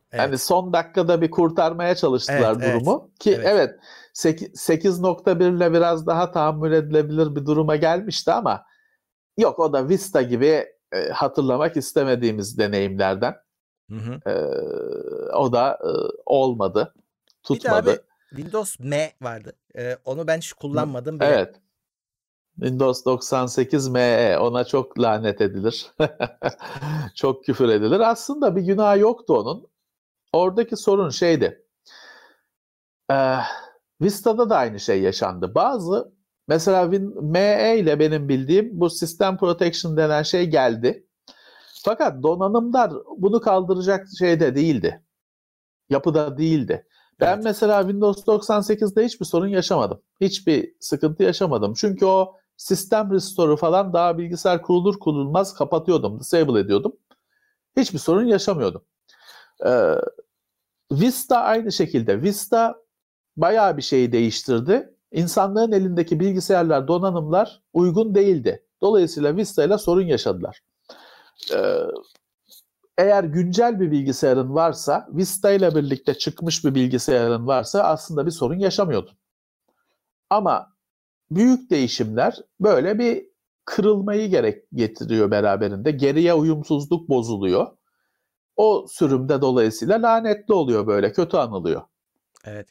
Hani Evet. son dakikada bir kurtarmaya çalıştılar Evet, durumu. Ki evet. evet 8.1 ile biraz daha tahammül edilebilir bir duruma gelmişti ama yok, o da Vista gibi hatırlamak istemediğimiz deneyimlerden. Hı hı. O da olmadı, Bir de abi tutmadı. Windows M vardı. Onu ben hiç kullanmadım bile. Evet. Windows 98 ME, ona çok lanet edilir. Çok küfür edilir. Aslında bir günah yoktu onun. Oradaki sorun şeydi. Ee, Vista'da da aynı şey yaşandı. Mesela ME ile benim bildiğim bu System Protection denen şey geldi. Fakat donanımlar bunu kaldıracak şeyde değildi. Yapıda değildi. Ben Evet. mesela Windows 98'de hiçbir sorun yaşamadım. Hiçbir sıkıntı yaşamadım. Çünkü o sistem restore'u falan daha bilgisayar kurulur kurulmaz kapatıyordum, disable ediyordum. Hiçbir sorun yaşamıyordum. Ee, Vista aynı şekilde. Vista bayağı bir şeyi değiştirdi. İnsanların elindeki bilgisayarlar, donanımlar uygun değildi. Dolayısıyla Vista ile sorun yaşadılar. Ee, Eğer güncel bir bilgisayarın varsa, Vista ile birlikte çıkmış bir bilgisayarın varsa aslında bir sorun yaşamıyordun. Ama büyük değişimler böyle bir kırılmayı getiriyor beraberinde. Geriye uyumsuzluk bozuluyor. O sürümde dolayısıyla lanetli oluyor, böyle kötü anılıyor. Evet.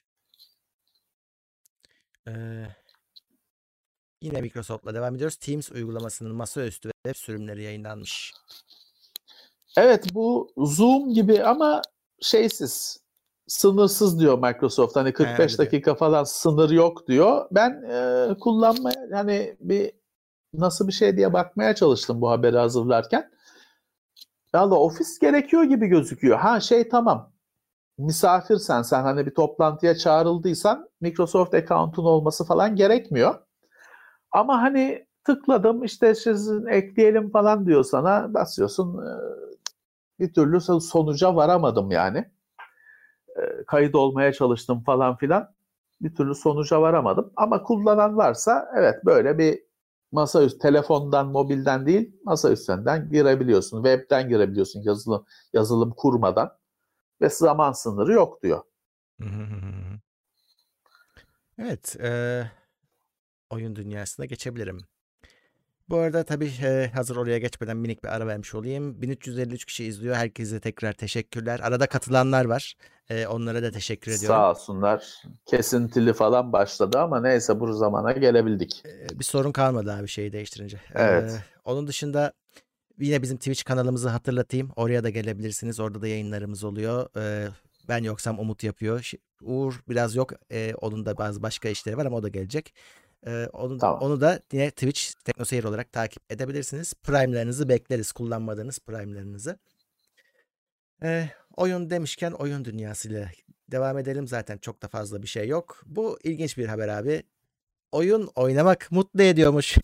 Yine Microsoft'la devam ediyoruz. Teams uygulamasının masaüstü ve web sürümleri yayınlanmış. Evet, bu Zoom gibi ama şeysiz, sınırsız diyor Microsoft. Hani 45 Öyle diyor. dakika falan sınır yok diyor. Ben kullanmaya, hani nasıl bir şey diye bakmaya çalıştım bu haberi hazırlarken. Valla ofis gerekiyor gibi gözüküyor. Tamam. Misafirsen, sen hani bir toplantıya çağrıldıysan Microsoft account'un olması falan gerekmiyor. Ama hani tıkladım işte sizin ekleyelim falan diyor, sana basıyorsun, bir türlü sonuca varamadım yani. Kayıt olmaya çalıştım falan filan. Bir türlü sonuca varamadım. Ama kullanan varsa evet, böyle bir masaüstü, telefondan, mobilden değil, masaüstünden girebiliyorsun. Web'den girebiliyorsun, yazılım kurmadan ve zaman sınırı yok diyor. Evet. Oyun dünyasına geçebilirim. Bu arada tabii hazır oraya geçmeden minik bir ara vermiş olayım. 1353 kişi izliyor. Herkese tekrar teşekkürler. Arada katılanlar var. Onlara da teşekkür ediyorum. Sağ olsunlar. Kesintili falan başladı ama neyse, bu zamana gelebildik. Bir sorun kalmadı abi şeyi değiştirince. Evet. Onun dışında yine bizim Twitch kanalımızı hatırlatayım. Oraya da gelebilirsiniz. Orada da yayınlarımız oluyor. Ben yoksam Umut yapıyor. Uğur biraz yok. Onun da bazı başka işleri var ama o da gelecek. Tamam. Onu da yine Twitch TeknoSeyir olarak takip edebilirsiniz. Prime'lerinizi bekleriz. Kullanmadığınız Prime'lerinizi. Oyun demişken oyun dünyasıyla devam edelim. Zaten çok da fazla bir şey yok. Bu ilginç bir haber abi. Oyun oynamak mutlu ediyormuş.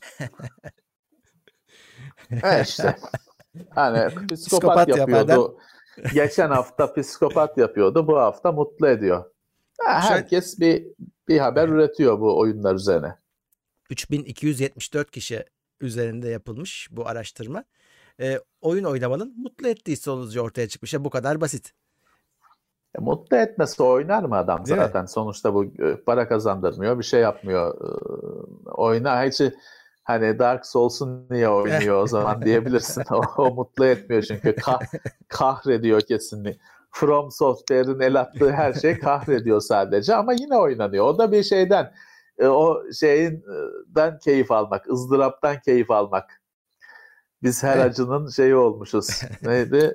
İşte. Hani psikopat Psikopat yapardan. yapıyordu. Geçen hafta psikopat yapıyordu. Bu hafta mutlu ediyor. Şöyle, Herkes bir haber üretiyor bu oyunlar üzerine. 3274 kişi üzerinde yapılmış bu araştırma. Oyun oynamanın mutlu ettiği sonucu ortaya çıkmış. Bu kadar basit. Mutlu etmesi oynar mı adam Değil mi? zaten? Sonuçta bu para kazandırmıyor, bir şey yapmıyor. Oynar. Hiç hani Dark Souls'un niye oynuyor o zaman diyebilirsin. O mutlu etmiyor çünkü kahrediyor kesinlikle. From Software'in el attığı her şey kahrediyor sadece, ama yine oynanıyor. O da bir şeyden, o şeyinden keyif almak, ızdıraptan keyif almak. Biz her Evet. acının şeyi olmuşuz. Neydi?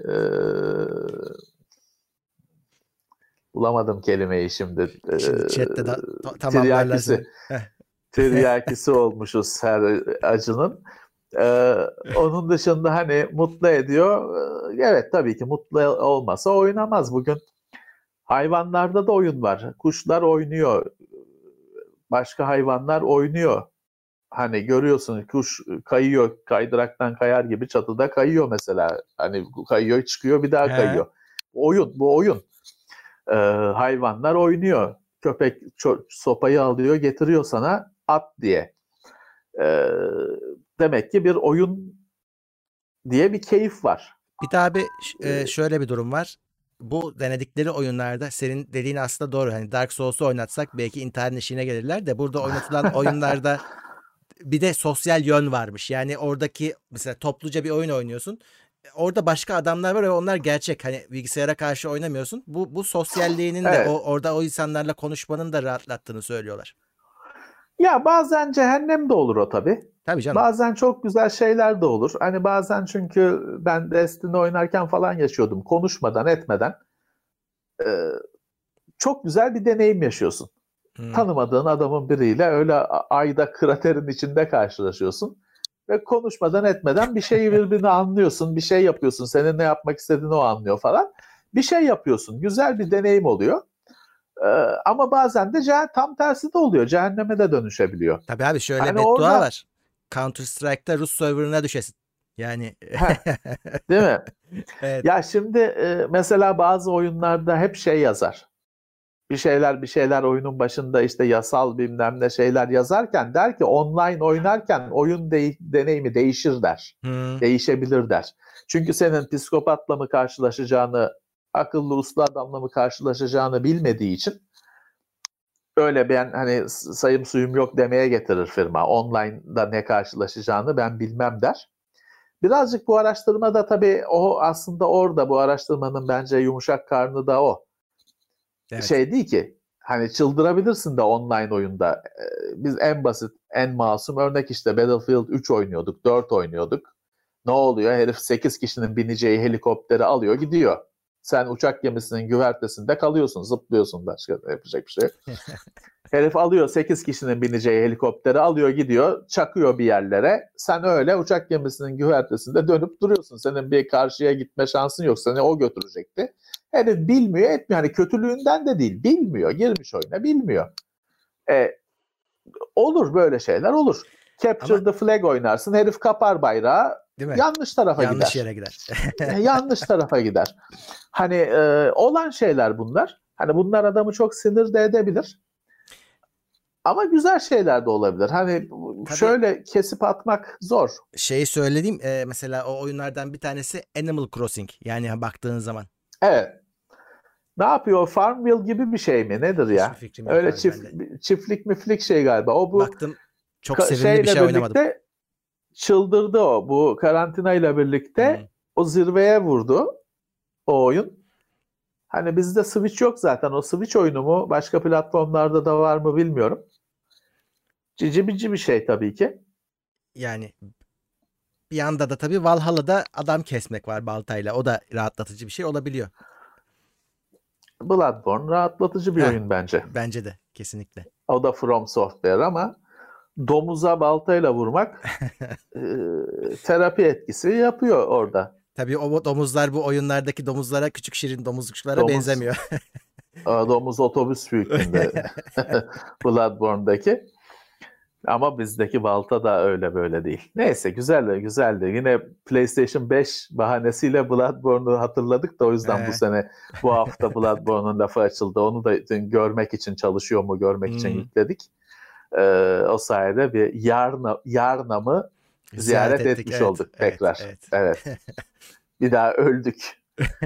Bulamadım kelimeyi şimdi. Şimdi chatte de tamamlarlar seni. Tiryakisi. Tiryakisi olmuşuz her acının. Onun dışında hani mutlu ediyor. Evet, tabii ki mutlu olmasa oynamaz. Bugün hayvanlarda da oyun var. Kuşlar oynuyor. Başka hayvanlar oynuyor. Hani görüyorsun, kuş kayıyor, kaydıraktan kayar gibi çatıda kayıyor mesela. Hani kayıyor, çıkıyor, bir daha He. kayıyor. Bu oyun. Hayvanlar oynuyor. Köpek sopayı alıyor, getiriyor sana, at diye. Demek ki bir oyun diye bir keyif var. Bir daha bir şöyle bir durum var. bu denedikleri oyunlarda senin dediğin aslında doğru. Hani Dark Souls'u oynatsak belki internet işine gelirler de burada oynatılan oyunlarda bir de sosyal yön varmış. Yani oradaki mesela topluca bir oyun oynuyorsun. Orada başka adamlar var ve onlar gerçek. Hani bilgisayara karşı oynamıyorsun. Bu sosyalliğinin de Evet. orada o insanlarla konuşmanın da rahatlattığını söylüyorlar. Ya bazen cehennem de olur o tabii. Tabii canım. Bazen çok güzel şeyler de olur. Hani bazen çünkü ben Destiny oynarken falan yaşıyordum. Konuşmadan etmeden çok güzel bir deneyim yaşıyorsun. Tanımadığın adamın biriyle öyle ayda kraterin içinde karşılaşıyorsun. Ve konuşmadan etmeden bir şeyi birbirini anlıyorsun. Bir şey yapıyorsun. Senin ne yapmak istediğini o anlıyor falan. Bir şey yapıyorsun. Güzel bir deneyim oluyor. Ama bazen de tam tersi de oluyor. Cehenneme de dönüşebiliyor. Tabii abi şöyle Hani beddua orada var. Counter Strike'da Rus serverına düşesin. Yani değil mi? evet. Ya şimdi mesela bazı oyunlarda hep şey yazar. Bir şeyler oyunun başında işte yasal bilmem ne şeyler yazarken der ki online oynarken oyun deneyimi değişir der. Değişebilir der. Çünkü senin psikopatla mı karşılaşacağını, akıllı uslu adamla mı karşılaşacağını bilmediği için öyle ben hani sayım suyum yok demeye getirir firma. Online'da ne karşılaşacağını ben bilmem der. Birazcık bu araştırmada tabii o aslında orada bu araştırmanın bence yumuşak karnı da o. Evet. Şey değil ki hani çıldırabilirsin de online oyunda. Biz en basit, en masum örnek işte Battlefield 3 oynuyorduk, 4 oynuyorduk. Ne oluyor? Herif 8 kişinin bineceği helikopteri alıyor gidiyor. Sen uçak gemisinin güvertesinde kalıyorsun, zıplıyorsun, başka yapacak bir şey yok. Herif alıyor 8 kişinin bineceği helikopteri alıyor gidiyor, çakıyor bir yerlere. Sen öyle uçak gemisinin güvertesinde dönüp duruyorsun. Senin bir karşıya gitme şansın yok. Seni o götürecekti. Herif bilmiyor etmiyor. Hani kötülüğünden de değil. Bilmiyor. Girmiş oyuna bilmiyor. Olur böyle şeyler olur. Capture the flag oynarsın. Herif kapar bayrağı. Değil mi? Yanlış tarafa Yanlış gider. yere gider. Yanlış tarafa gider. Hani olan şeyler bunlar. Hani bunlar adamı çok sinir de edebilir. Ama güzel şeyler de olabilir. Hani Tabii. şöyle kesip atmak zor. Şeyi söylediğim mesela o oyunlardan bir tanesi Animal Crossing. Yani baktığın zaman. Evet. Ne yapıyor? Farmville gibi bir şey mi? Nedir ya? Hiçbir fikrim yok Öyle abi bende. çiftlik miflik şey galiba. O bu Baktım çok sevimli bir şey oynamadım. birlikte çıldırdı o. Bu karantina ile birlikte o zirveye vurdu o oyun. Hani bizde Switch yok zaten. O Switch oyunu mu? Başka platformlarda da var mı bilmiyorum. Cici bici bir şey tabii ki. Yani bir yanda da tabii Valhalla'da adam kesmek var baltayla. O da rahatlatıcı bir şey olabiliyor. Bloodborne rahatlatıcı bir oyun bence. Bence de kesinlikle. O da From Software ama domuza baltayla vurmak terapi etkisi yapıyor orada. Tabii o domuzlar bu oyunlardaki domuzlara, küçük şirin domuzcuklara benzemiyor. Domuz otobüs büyüklüğünde Bloodborne'daki. Ama bizdeki balta da öyle böyle değil. Neyse güzeldi. Yine PlayStation 5 bahanesiyle Bloodborne'u hatırladık da o yüzden bu hafta Bloodborne'un lafı açıldı. Onu da görmek için çalışıyor mu görmek için yükledik. O sayede bir Yarnam'ı ziyaret etmiş olduk tekrar. Evet. Bir daha öldük.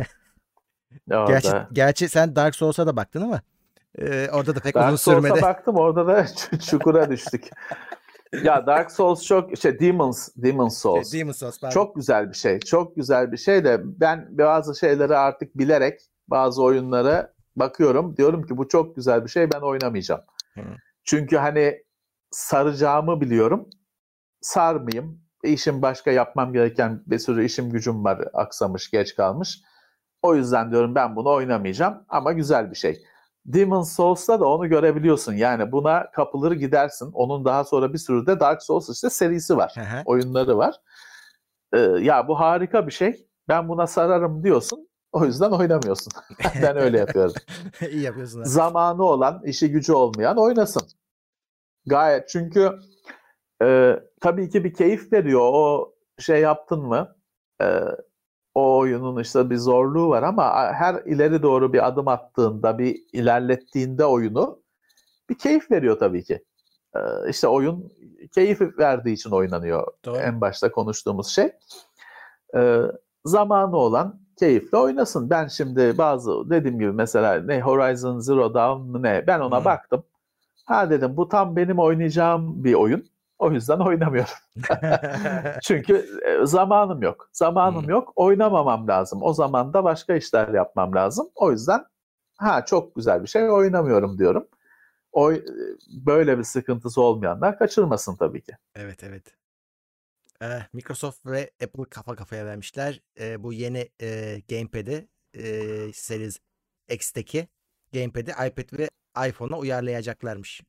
Gerçi sen Dark Souls'a da baktın ama orada da pek Dark uzun sürmedi. Souls'a baktım, orada da çukura düştük. Ya Dark Souls çok Demon's Souls. Çok güzel bir şey. Çok güzel bir şey de ben bazı şeyleri artık bilerek bazı oyunlara bakıyorum. Diyorum ki bu çok güzel bir şey, ben oynamayacağım. Çünkü hani saracağımı biliyorum. Sarmayayım. İşim başka, yapmam gereken bir sürü işim gücüm var. Aksamış, geç kalmış. O yüzden diyorum ben bunu oynamayacağım ama güzel bir şey. Demon's Souls'ta da onu görebiliyorsun. Yani buna kapılır gidersin. Onun daha sonra bir sürü de Dark Souls işte serisi var. Oyunları var. Ya bu harika bir şey. Ben buna sararım diyorsun. O yüzden oynamıyorsun. Ben öyle yapıyorum. İyi yapıyorsun abi. Zamanı olan, işi gücü olmayan oynasın. Gayet, çünkü tabii ki bir keyif veriyor. O şey yaptın mı? O oyunun işte bir zorluğu var ama her ileri doğru bir adım attığında, bir ilerlettiğinde oyunu bir keyif veriyor tabii ki. İşte oyun keyif verdiği için oynanıyor. Doğru. En başta konuştuğumuz şey. Zamanı olan, keyifle oynasın. Ben şimdi bazı dediğim gibi mesela ne Horizon Zero Dawn mı ne, ben ona baktım. Ha dedim, bu tam benim oynayacağım bir oyun. O yüzden oynamıyorum. Çünkü zamanım yok. Zamanım yok. Oynamamam lazım. O zaman da başka işler yapmam lazım. O yüzden çok güzel bir şey, oynamıyorum diyorum. Böyle bir sıkıntısı olmayanlar kaçırmasın tabii ki. Evet. Microsoft ve Apple kafa kafaya vermişler. Bu yeni Gamepad'i Series X'teki Gamepad'i iPad ve iPhone'a uyarlayacaklarmış.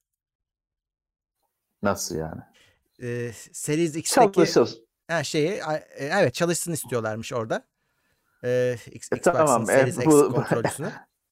Nasıl yani? Series X'teki Çalışır. evet, çalışsın istiyorlarmış orada. Xbox'ın Tamam. Series X kontrolcüsünü.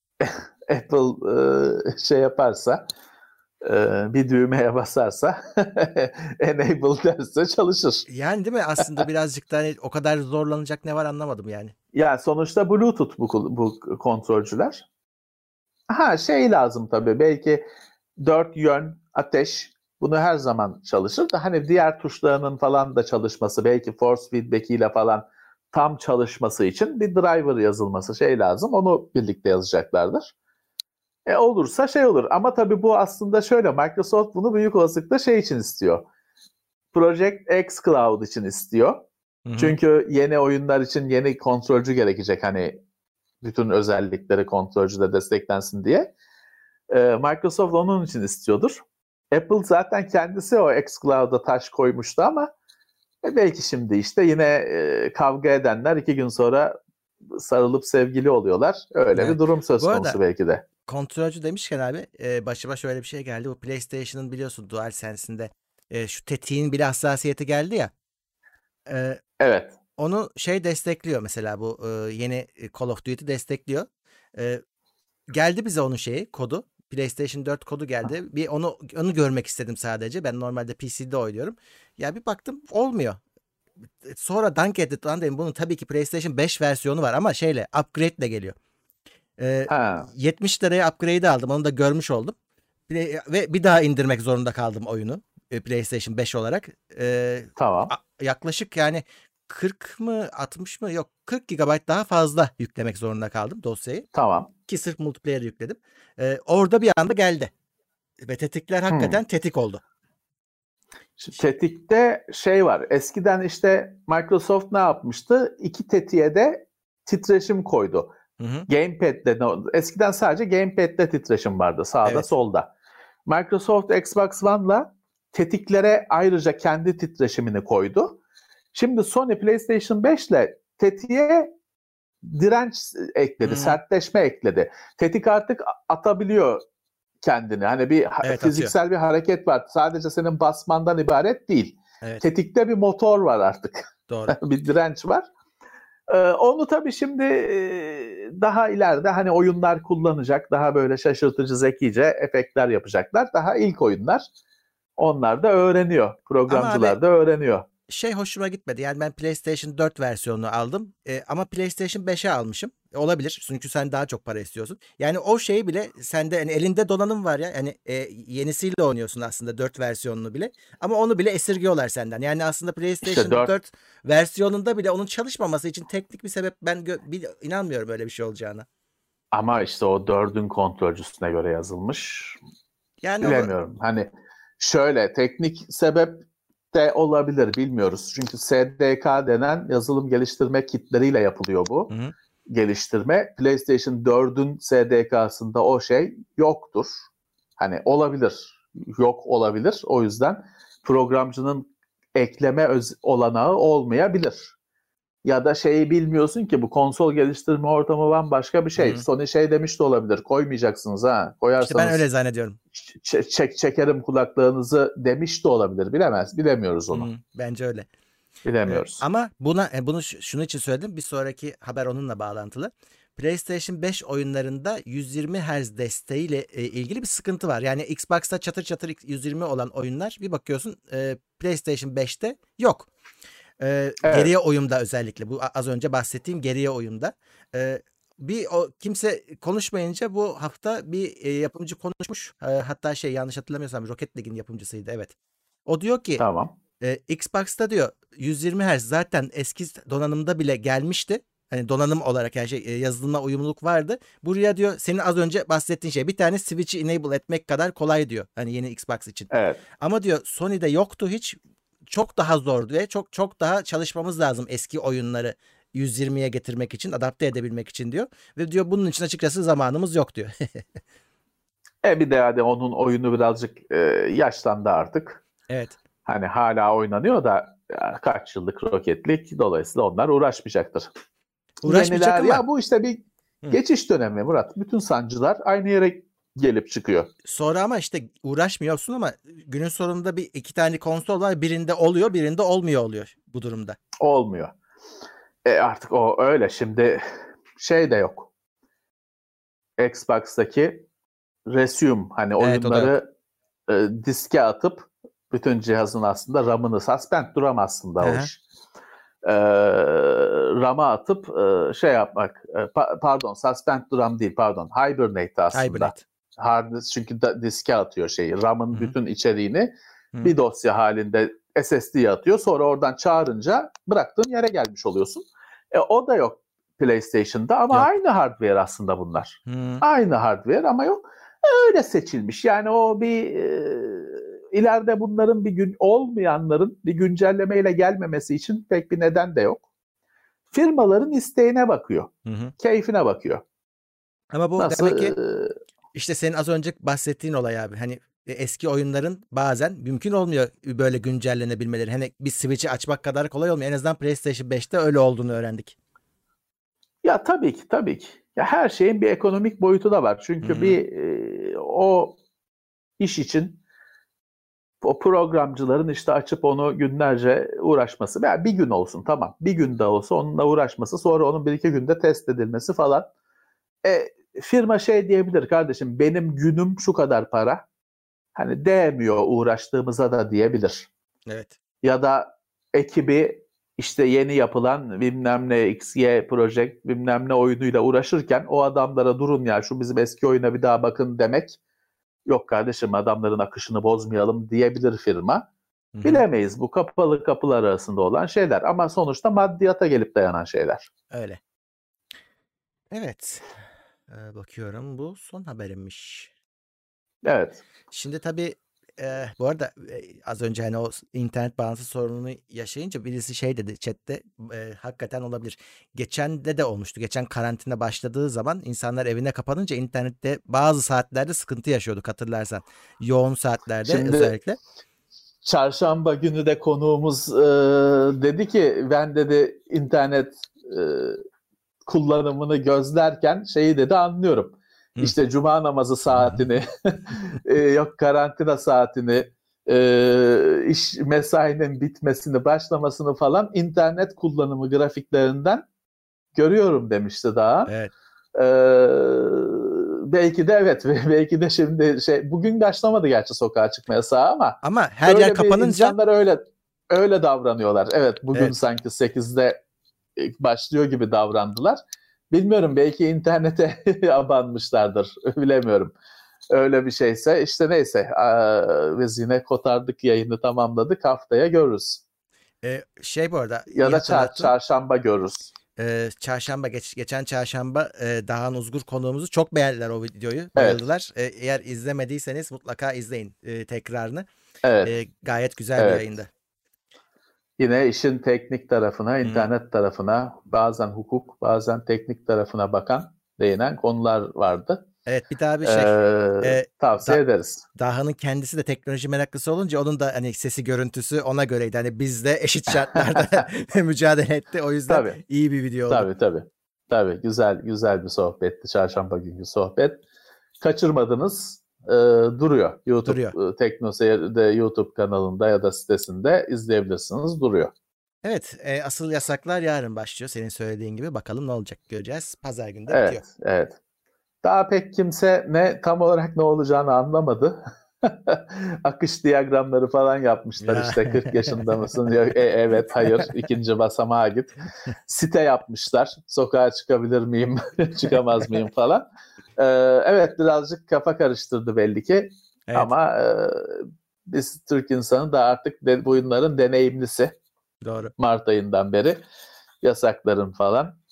Apple şey yaparsa, bir düğmeye basarsa enable derse çalışır. Yani değil mi? Aslında birazcık da hani o kadar zorlanacak ne var anlamadım yani. Ya sonuçta Bluetooth bu kontrolcüler. Şey lazım tabii, belki 4 yön ateş, bunu her zaman çalışır da hani diğer tuşlarının falan da çalışması, belki force feedback ile falan tam çalışması için bir driver yazılması lazım. Onu birlikte yazacaklardır. Olursa olur. Ama tabii bu aslında şöyle, Microsoft bunu büyük olasılıkla için istiyor. Project X Cloud için istiyor. Hı-hı. Çünkü yeni oyunlar için yeni kontrolcü gerekecek, hani bütün özellikleri kontrolcüde desteklensin diye. Microsoft onun için istiyordur. Apple zaten kendisi o X Cloud'a taş koymuştu ama belki şimdi işte yine kavga edenler 2 gün sonra sarılıp sevgili oluyorlar. Öyle bir durum söz konusu belki de. Kontrolcü demişken abi, başıma şöyle bir şey geldi. Bu PlayStation'ın biliyorsun DualSense'inde şu tetiğin bile hassasiyeti geldi ya. Evet. Onu destekliyor mesela, bu yeni Call of Duty destekliyor. Geldi bize onun kodu. PlayStation 4 kodu geldi. Bir onu görmek istedim sadece. Ben normalde PC'de oynuyorum. Ya bir baktım olmuyor. Sonra dank etti lan dedim. Bunun tabii ki PlayStation 5 versiyonu var ama upgrade ile geliyor. 70 liraya upgrade'i aldım. Onu da görmüş oldum. Ve bir daha indirmek zorunda kaldım oyunu. PlayStation 5 olarak. Tamam. Yaklaşık yani 40 mı 60 mı, yok 40 GB daha fazla yüklemek zorunda kaldım dosyayı. Tamam. Ki sırf multiplayer yükledim. Orada bir anda geldi. Ve tetikler hakikaten tetik oldu. Şimdi tetikte var. Eskiden işte Microsoft ne yapmıştı? 2 tetiğe de titreşim koydu. Gamepad'de, eskiden sadece Gamepad'de titreşim vardı. Sağda solda. Microsoft Xbox One'la tetiklere ayrıca kendi titreşimini koydu. Şimdi Sony PlayStation 5 ile tetiğe direnç ekledi, sertleşme ekledi. Tetik artık atabiliyor kendini. Hani bir fiziksel atıyor. Bir hareket var. Sadece senin basmandan ibaret değil. Evet. Tetikte bir motor var artık. Doğru. Bir direnç var. Onu tabii şimdi daha ileride hani oyunlar kullanacak. Daha böyle şaşırtıcı, zekice efektler yapacaklar. Daha ilk oyunlar. Onlar da öğreniyor. Programcılar da öğreniyor. Hoşuma gitmedi. Yani ben PlayStation 4 versiyonunu aldım. Ama PlayStation 5'e almışım. Olabilir. Çünkü sen daha çok para istiyorsun. Yani o bile sende, hani elinde donanım var ya. Yani yenisiyle oynuyorsun aslında 4 versiyonunu bile. Ama onu bile esirgiyorlar senden. Yani aslında PlayStation 4 versiyonunda bile onun çalışmaması için teknik bir sebep ben inanmıyorum öyle bir şey olacağına. Ama işte o 4'ün kontrolcüsüne göre yazılmış. Yani bilemiyorum. Hani şöyle teknik sebep de olabilir, bilmiyoruz. Çünkü SDK denen yazılım geliştirme kitleriyle yapılıyor bu geliştirme. PlayStation 4'ün SDK'sında o yoktur. Hani olabilir, yok olabilir. O yüzden programcının ekleme olanağı olmayabilir. Ya da bilmiyorsun ki bu konsol geliştirme ortamı bambaşka bir şey. Sony demiş de olabilir. Koymayacaksınız koyarsanız. İşte ben öyle zannediyorum. Çekerim kulaklığınızı demiş de olabilir. Bilemiyoruz onu. Bence öyle. Bilemiyoruz. Ama bunu şunun için söyledim. Bir sonraki haber onunla bağlantılı. PlayStation 5 oyunlarında 120 Hz desteğiyle ilgili bir sıkıntı var. Yani Xbox'ta çatır çatır 120 olan oyunlar, bir bakıyorsun PlayStation 5'te yok. Geriye oyunda, özellikle bu az önce bahsettiğim geriye oyunda. Kimse konuşmayınca bu hafta bir yapımcı konuşmuş. Hatta yanlış hatırlamıyorsam Rocket League'in yapımcısıydı, evet. O diyor ki tamam. Xbox'ta diyor 120 Hz zaten eski donanımda bile gelmişti. Hani donanım olarak yani yazılımla uyumluluk vardı. Buraya diyor senin az önce bahsettiğin şey bir tane switch'i enable etmek kadar kolay diyor. Hani yeni Xbox için. Evet. Ama diyor Sony'de yoktu hiç. Çok daha zordu ve çok daha çalışmamız lazım eski oyunları 120'ye getirmek için, adapte edebilmek için diyor. Ve diyor bunun için açıkçası zamanımız yok diyor. Bir de hadi onun oyunu birazcık yaşlandı artık. Evet. Hani hala oynanıyor da kaç yıllık Rocket. Dolayısıyla onlar uğraşmayacaktır. Uğraşmayacak Yeniler, ama. ya bu işte bir geçiş dönemi Murat. Bütün sancılar aynı yere gelip çıkıyor. Sonra ama işte uğraşmıyorsun ama günün sonunda bir iki tane konsol var. Birinde oluyor, birinde olmuyor oluyor bu durumda. Olmuyor. Artık o öyle. Şimdi şey de yok. Xbox'taki Resume hani Evet, oyunları diske atıp bütün cihazın aslında RAM'ını suspend duram aslında o iş. RAM'a atıp şey yapmak pardon suspend duram değil pardon hibernate aslında. Hibernate. Hard disk çünkü diske atıyor şeyi RAM'ın Hı-hı. bütün içeriğini bir dosya halinde SSD'ye atıyor. Sonra oradan çağırınca bıraktığın yere gelmiş oluyorsun. O da yok PlayStation'da ama yok. aynı hardware aslında bunlar. Hı. Aynı hardware ama yok. Öyle seçilmiş. Yani o bir ileride bunların bir gün olmayanların bir güncellemeyle gelmemesi için pek bir neden de yok. Firmaların isteğine bakıyor. Hı-hı. Keyfine bakıyor. Ama bu Nasıl, demek ki işte senin az önce bahsettiğin olay abi. Hani eski oyunların bazen mümkün olmuyor böyle güncellenebilmeleri. Hani bir Switch'i açmak kadar kolay olmuyor. En azından PlayStation 5'te öyle olduğunu öğrendik. Ya tabii ki. Ya her şeyin bir ekonomik boyutu da var. Çünkü bir o iş için o programcıların işte açıp onu günlerce uğraşması veya bir gün olsun tamam. Bir gün de olsa onunla uğraşması sonra onun bir iki günde test edilmesi falan. Firma şey diyebilir kardeşim benim günüm şu kadar para. Hani değmiyor uğraştığımıza da diyebilir. Evet. Ya da ekibi işte yeni yapılan bilmem ne XY Project bilmem ne oyunuyla uğraşırken o adamlara durun ya şu bizim eski oyuna bir daha bakın demek yok kardeşim adamların akışını bozmayalım diyebilir firma. Hı-hı. Bilemeyiz bu kapalı kapılar arasında olan şeyler ama sonuçta maddiyata gelip dayanan şeyler. Öyle. Evet. Bakıyorum bu son haberimmiş. Evet. Şimdi tabii bu arada az önce hani o internet bağlantısı sorununu yaşayınca birisi şey dedi chatte hakikaten olabilir. Geçen de olmuştu. Geçen karantina başladığı zaman insanlar evine kapanınca internette bazı saatlerde sıkıntı yaşıyorduk hatırlarsan. Yoğun saatlerde Şimdi, özellikle. Çarşamba günü de konuğumuz dedi ki ben dedi internet kullanımını gözlerken şeyi dedi anlıyorum. İşte cuma namazı saatini, yok karantina saatini, iş mesainin bitmesini, başlamasını falan internet kullanımı grafiklerinden görüyorum demişti daha. Evet. Belki de evet, belki de şimdi bugün başlamadı gerçi sokağa çıkma yasağı ama her yer kapanınca insanlar öyle davranıyorlar. Evet, bugün sanki 8'de başlıyor gibi davrandılar. Bilmiyorum belki internete abanmışlardır. Bilemiyorum. Öyle bir şeyse işte neyse biz yine kotardık yayını tamamladık. Haftaya görürüz. Bu arada ya da çarşamba görürüz. Çarşamba geçen çarşamba Dahan Uzgur konuğumuzu çok beğendiler o videoyu. Bayıldılar. Evet. Eğer izlemediyseniz mutlaka izleyin tekrarını. Evet. Gayet güzel bir yayındı. Yine işin teknik tarafına, internet tarafına, bazen hukuk, bazen teknik tarafına değinen konular vardı. Evet bir daha bir tavsiye ederiz. Daha'nın kendisi de teknoloji meraklısı olunca onun da hani sesi görüntüsü ona göreydi. Hani bizde eşit şartlarda mücadele etti. O yüzden iyi bir video oldu. Tabii. Güzel bir sohbetti. Çarşamba günkü sohbet. Kaçırmadınız. Duruyor. YouTube Teknoseyir'de YouTube kanalında ya da sitesinde izleyebilirsiniz. Duruyor. Evet. Asıl yasaklar yarın başlıyor. Senin söylediğin gibi. Bakalım ne olacak göreceğiz. Pazar günü de bitiyor. Evet. Daha pek kimse tam olarak ne olacağını anlamadı. Akış diyagramları falan yapmışlar işte 40 yaşında mısın? Evet, hayır, ikinci basamağa git. Site yapmışlar. Sokağa çıkabilir miyim, çıkamaz mıyım falan. Evet birazcık kafa karıştırdı belli ki. Evet. Ama biz Türk insanı da artık bu oyunların deneyimlisi. Doğru. Mart ayından beri yasakların falan.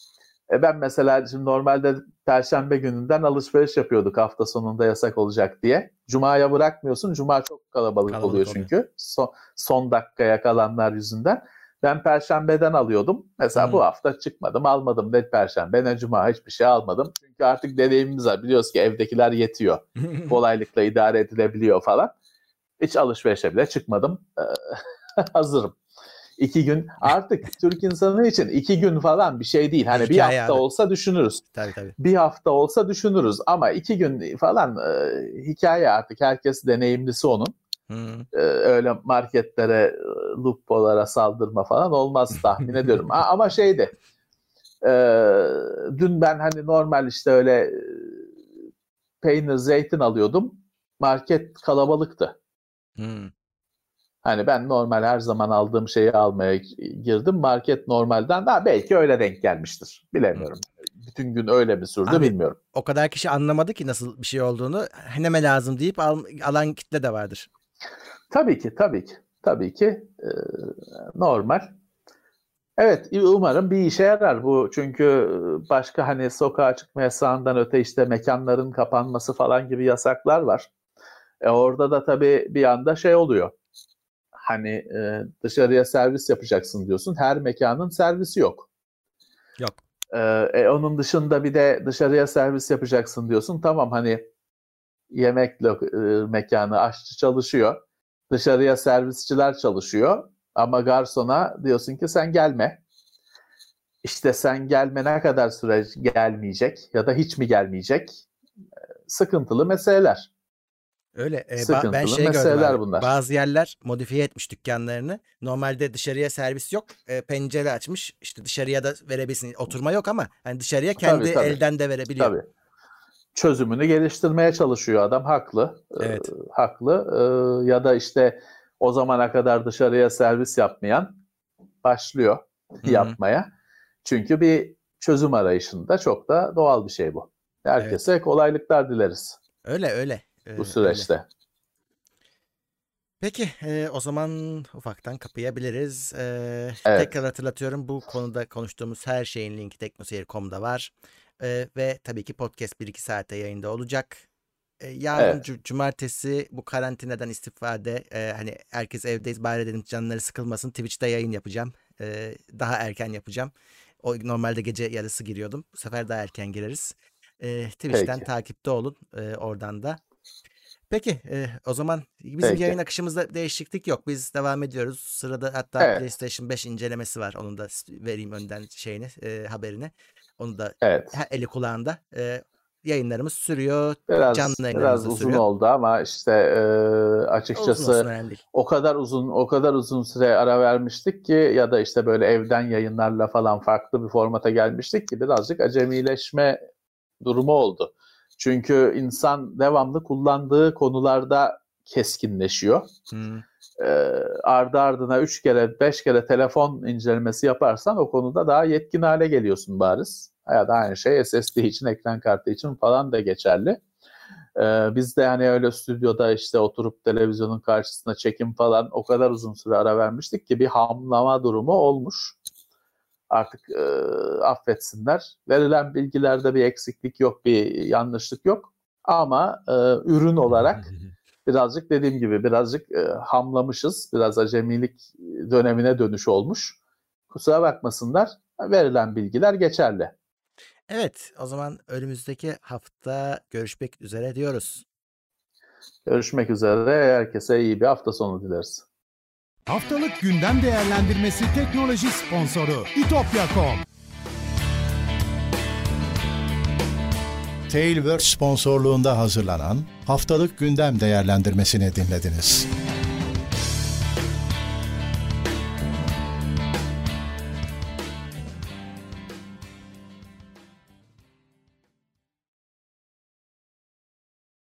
Ben mesela şimdi normalde Perşembe gününden alışveriş yapıyorduk hafta sonunda yasak olacak diye. Cuma'ya bırakmıyorsun. Cuma çok kalabalık oluyor çünkü. Son dakikaya kalanlar yüzünden. Ben Perşembe'den alıyordum. Mesela bu hafta çıkmadım, almadım ne Perşembe ne Cuma, hiçbir şey almadım. Çünkü artık deneyimimiz var. Biliyoruz ki evdekiler yetiyor. Kolaylıkla idare edilebiliyor falan. Hiç alışverişe bile çıkmadım. Hazırım. 2 gün artık Türk insanı için 2 gün falan bir şey değil. Hani bir hafta olsa düşünürüz. Tabii. Bir hafta olsa düşünürüz ama 2 gün falan hikaye artık. Herkes deneyimlisi onun. Öyle marketlere, lupolara saldırma falan olmaz tahmin ediyorum. Ama dün ben hani normal işte öyle peynir, zeytin alıyordum. Market kalabalıktı. Hani ben normal her zaman aldığım şeyi almaya girdim. Market normalden daha belki öyle denk gelmiştir. Bilemiyorum. Bütün gün öyle mi sürdü bilmiyorum. O kadar kişi anlamadı ki nasıl bir şey olduğunu. Neme lazım deyip alan kitle de vardır. Tabii ki normal. Evet, umarım bir işe yarar bu. Çünkü başka hani sokağa çıkma yasağından öte işte mekanların kapanması falan gibi yasaklar var. Orada da tabii bir anda şey oluyor. Hani dışarıya servis yapacaksın diyorsun. Her mekanın servisi yok. Yok. Onun dışında bir de dışarıya servis yapacaksın diyorsun. Tamam hani yemek mekanı, aşçı çalışıyor. Dışarıya servisçiler çalışıyor. Ama garsona diyorsun ki sen gelme. İşte sen gelmene kadar süre gelmeyecek ya da hiç mi gelmeyecek? Sıkıntılı meseleler. Öyle. Sıkıntılı Ben meseleler gördüm. bunlar. Bazı yerler modifiye etmiş dükkanlarını. Normalde dışarıya servis yok. Pencere açmış. İşte dışarıya da verebilsin. Oturma yok ama hani dışarıya kendi elden de verebiliyor. Tabii. Çözümünü geliştirmeye çalışıyor adam. Haklı. Evet. Haklı. Ya da işte o zamana kadar dışarıya servis yapmayan başlıyor yapmaya. Çünkü bir çözüm arayışında çok da doğal bir şey bu. Herkese kolaylıklar dileriz. Öyle. Bu süreçte. Öyle. Peki o zaman ufaktan kapayabiliriz. Evet. Tekrar hatırlatıyorum, bu konuda konuştuğumuz her şeyin linki teknoseyir.com'da var. Ve tabii ki podcast 1-2 saate yayında olacak. Yarın cumartesi bu karantinadan istifade hani herkes evdeyiz bari dedim canları sıkılmasın, Twitch'te yayın yapacağım. Daha erken yapacağım. Normalde gece yarısı giriyordum. Bu sefer daha erken gireriz. Twitch'ten takipte olun oradan da. Peki o zaman bizim yayın akışımızda değişiklik yok. Biz devam ediyoruz. Sırada hatta PlayStation 5 incelemesi var. Onun da vereyim önden haberini. Onu da eli kulağında. Yayınlarımız sürüyor. Canlı yayınlarımız da uzun sürüyor. oldu ama işte açıkçası o kadar uzun süre ara vermiştik ki ya da işte böyle evden yayınlarla falan farklı bir formata gelmiştik ki birazcık acemileşme durumu oldu. Çünkü insan devamlı kullandığı konularda keskinleşiyor. Ardı ardına 3 kere 5 kere telefon incelemesi yaparsan o konuda daha yetkin hale geliyorsun bariz. Ya da aynı şey SSD için, ekran kartı için falan da geçerli. Biz de hani öyle stüdyoda işte oturup televizyonun karşısında çekim falan o kadar uzun süre ara vermiştik ki bir hamlama durumu olmuş. Artık affetsinler. Verilen bilgilerde bir eksiklik yok, bir yanlışlık yok. Ama ürün olarak birazcık dediğim gibi birazcık hamlamışız. Biraz acemilik dönemine dönüş olmuş. Kusura bakmasınlar. Verilen bilgiler geçerli. Evet, o zaman önümüzdeki hafta görüşmek üzere diyoruz. Görüşmek üzere. Herkese iyi bir hafta sonu dileriz. Haftalık gündem değerlendirmesi teknoloji sponsoru itopya.com. Tailwords sponsorluğunda hazırlanan haftalık gündem değerlendirmesini dinlediniz.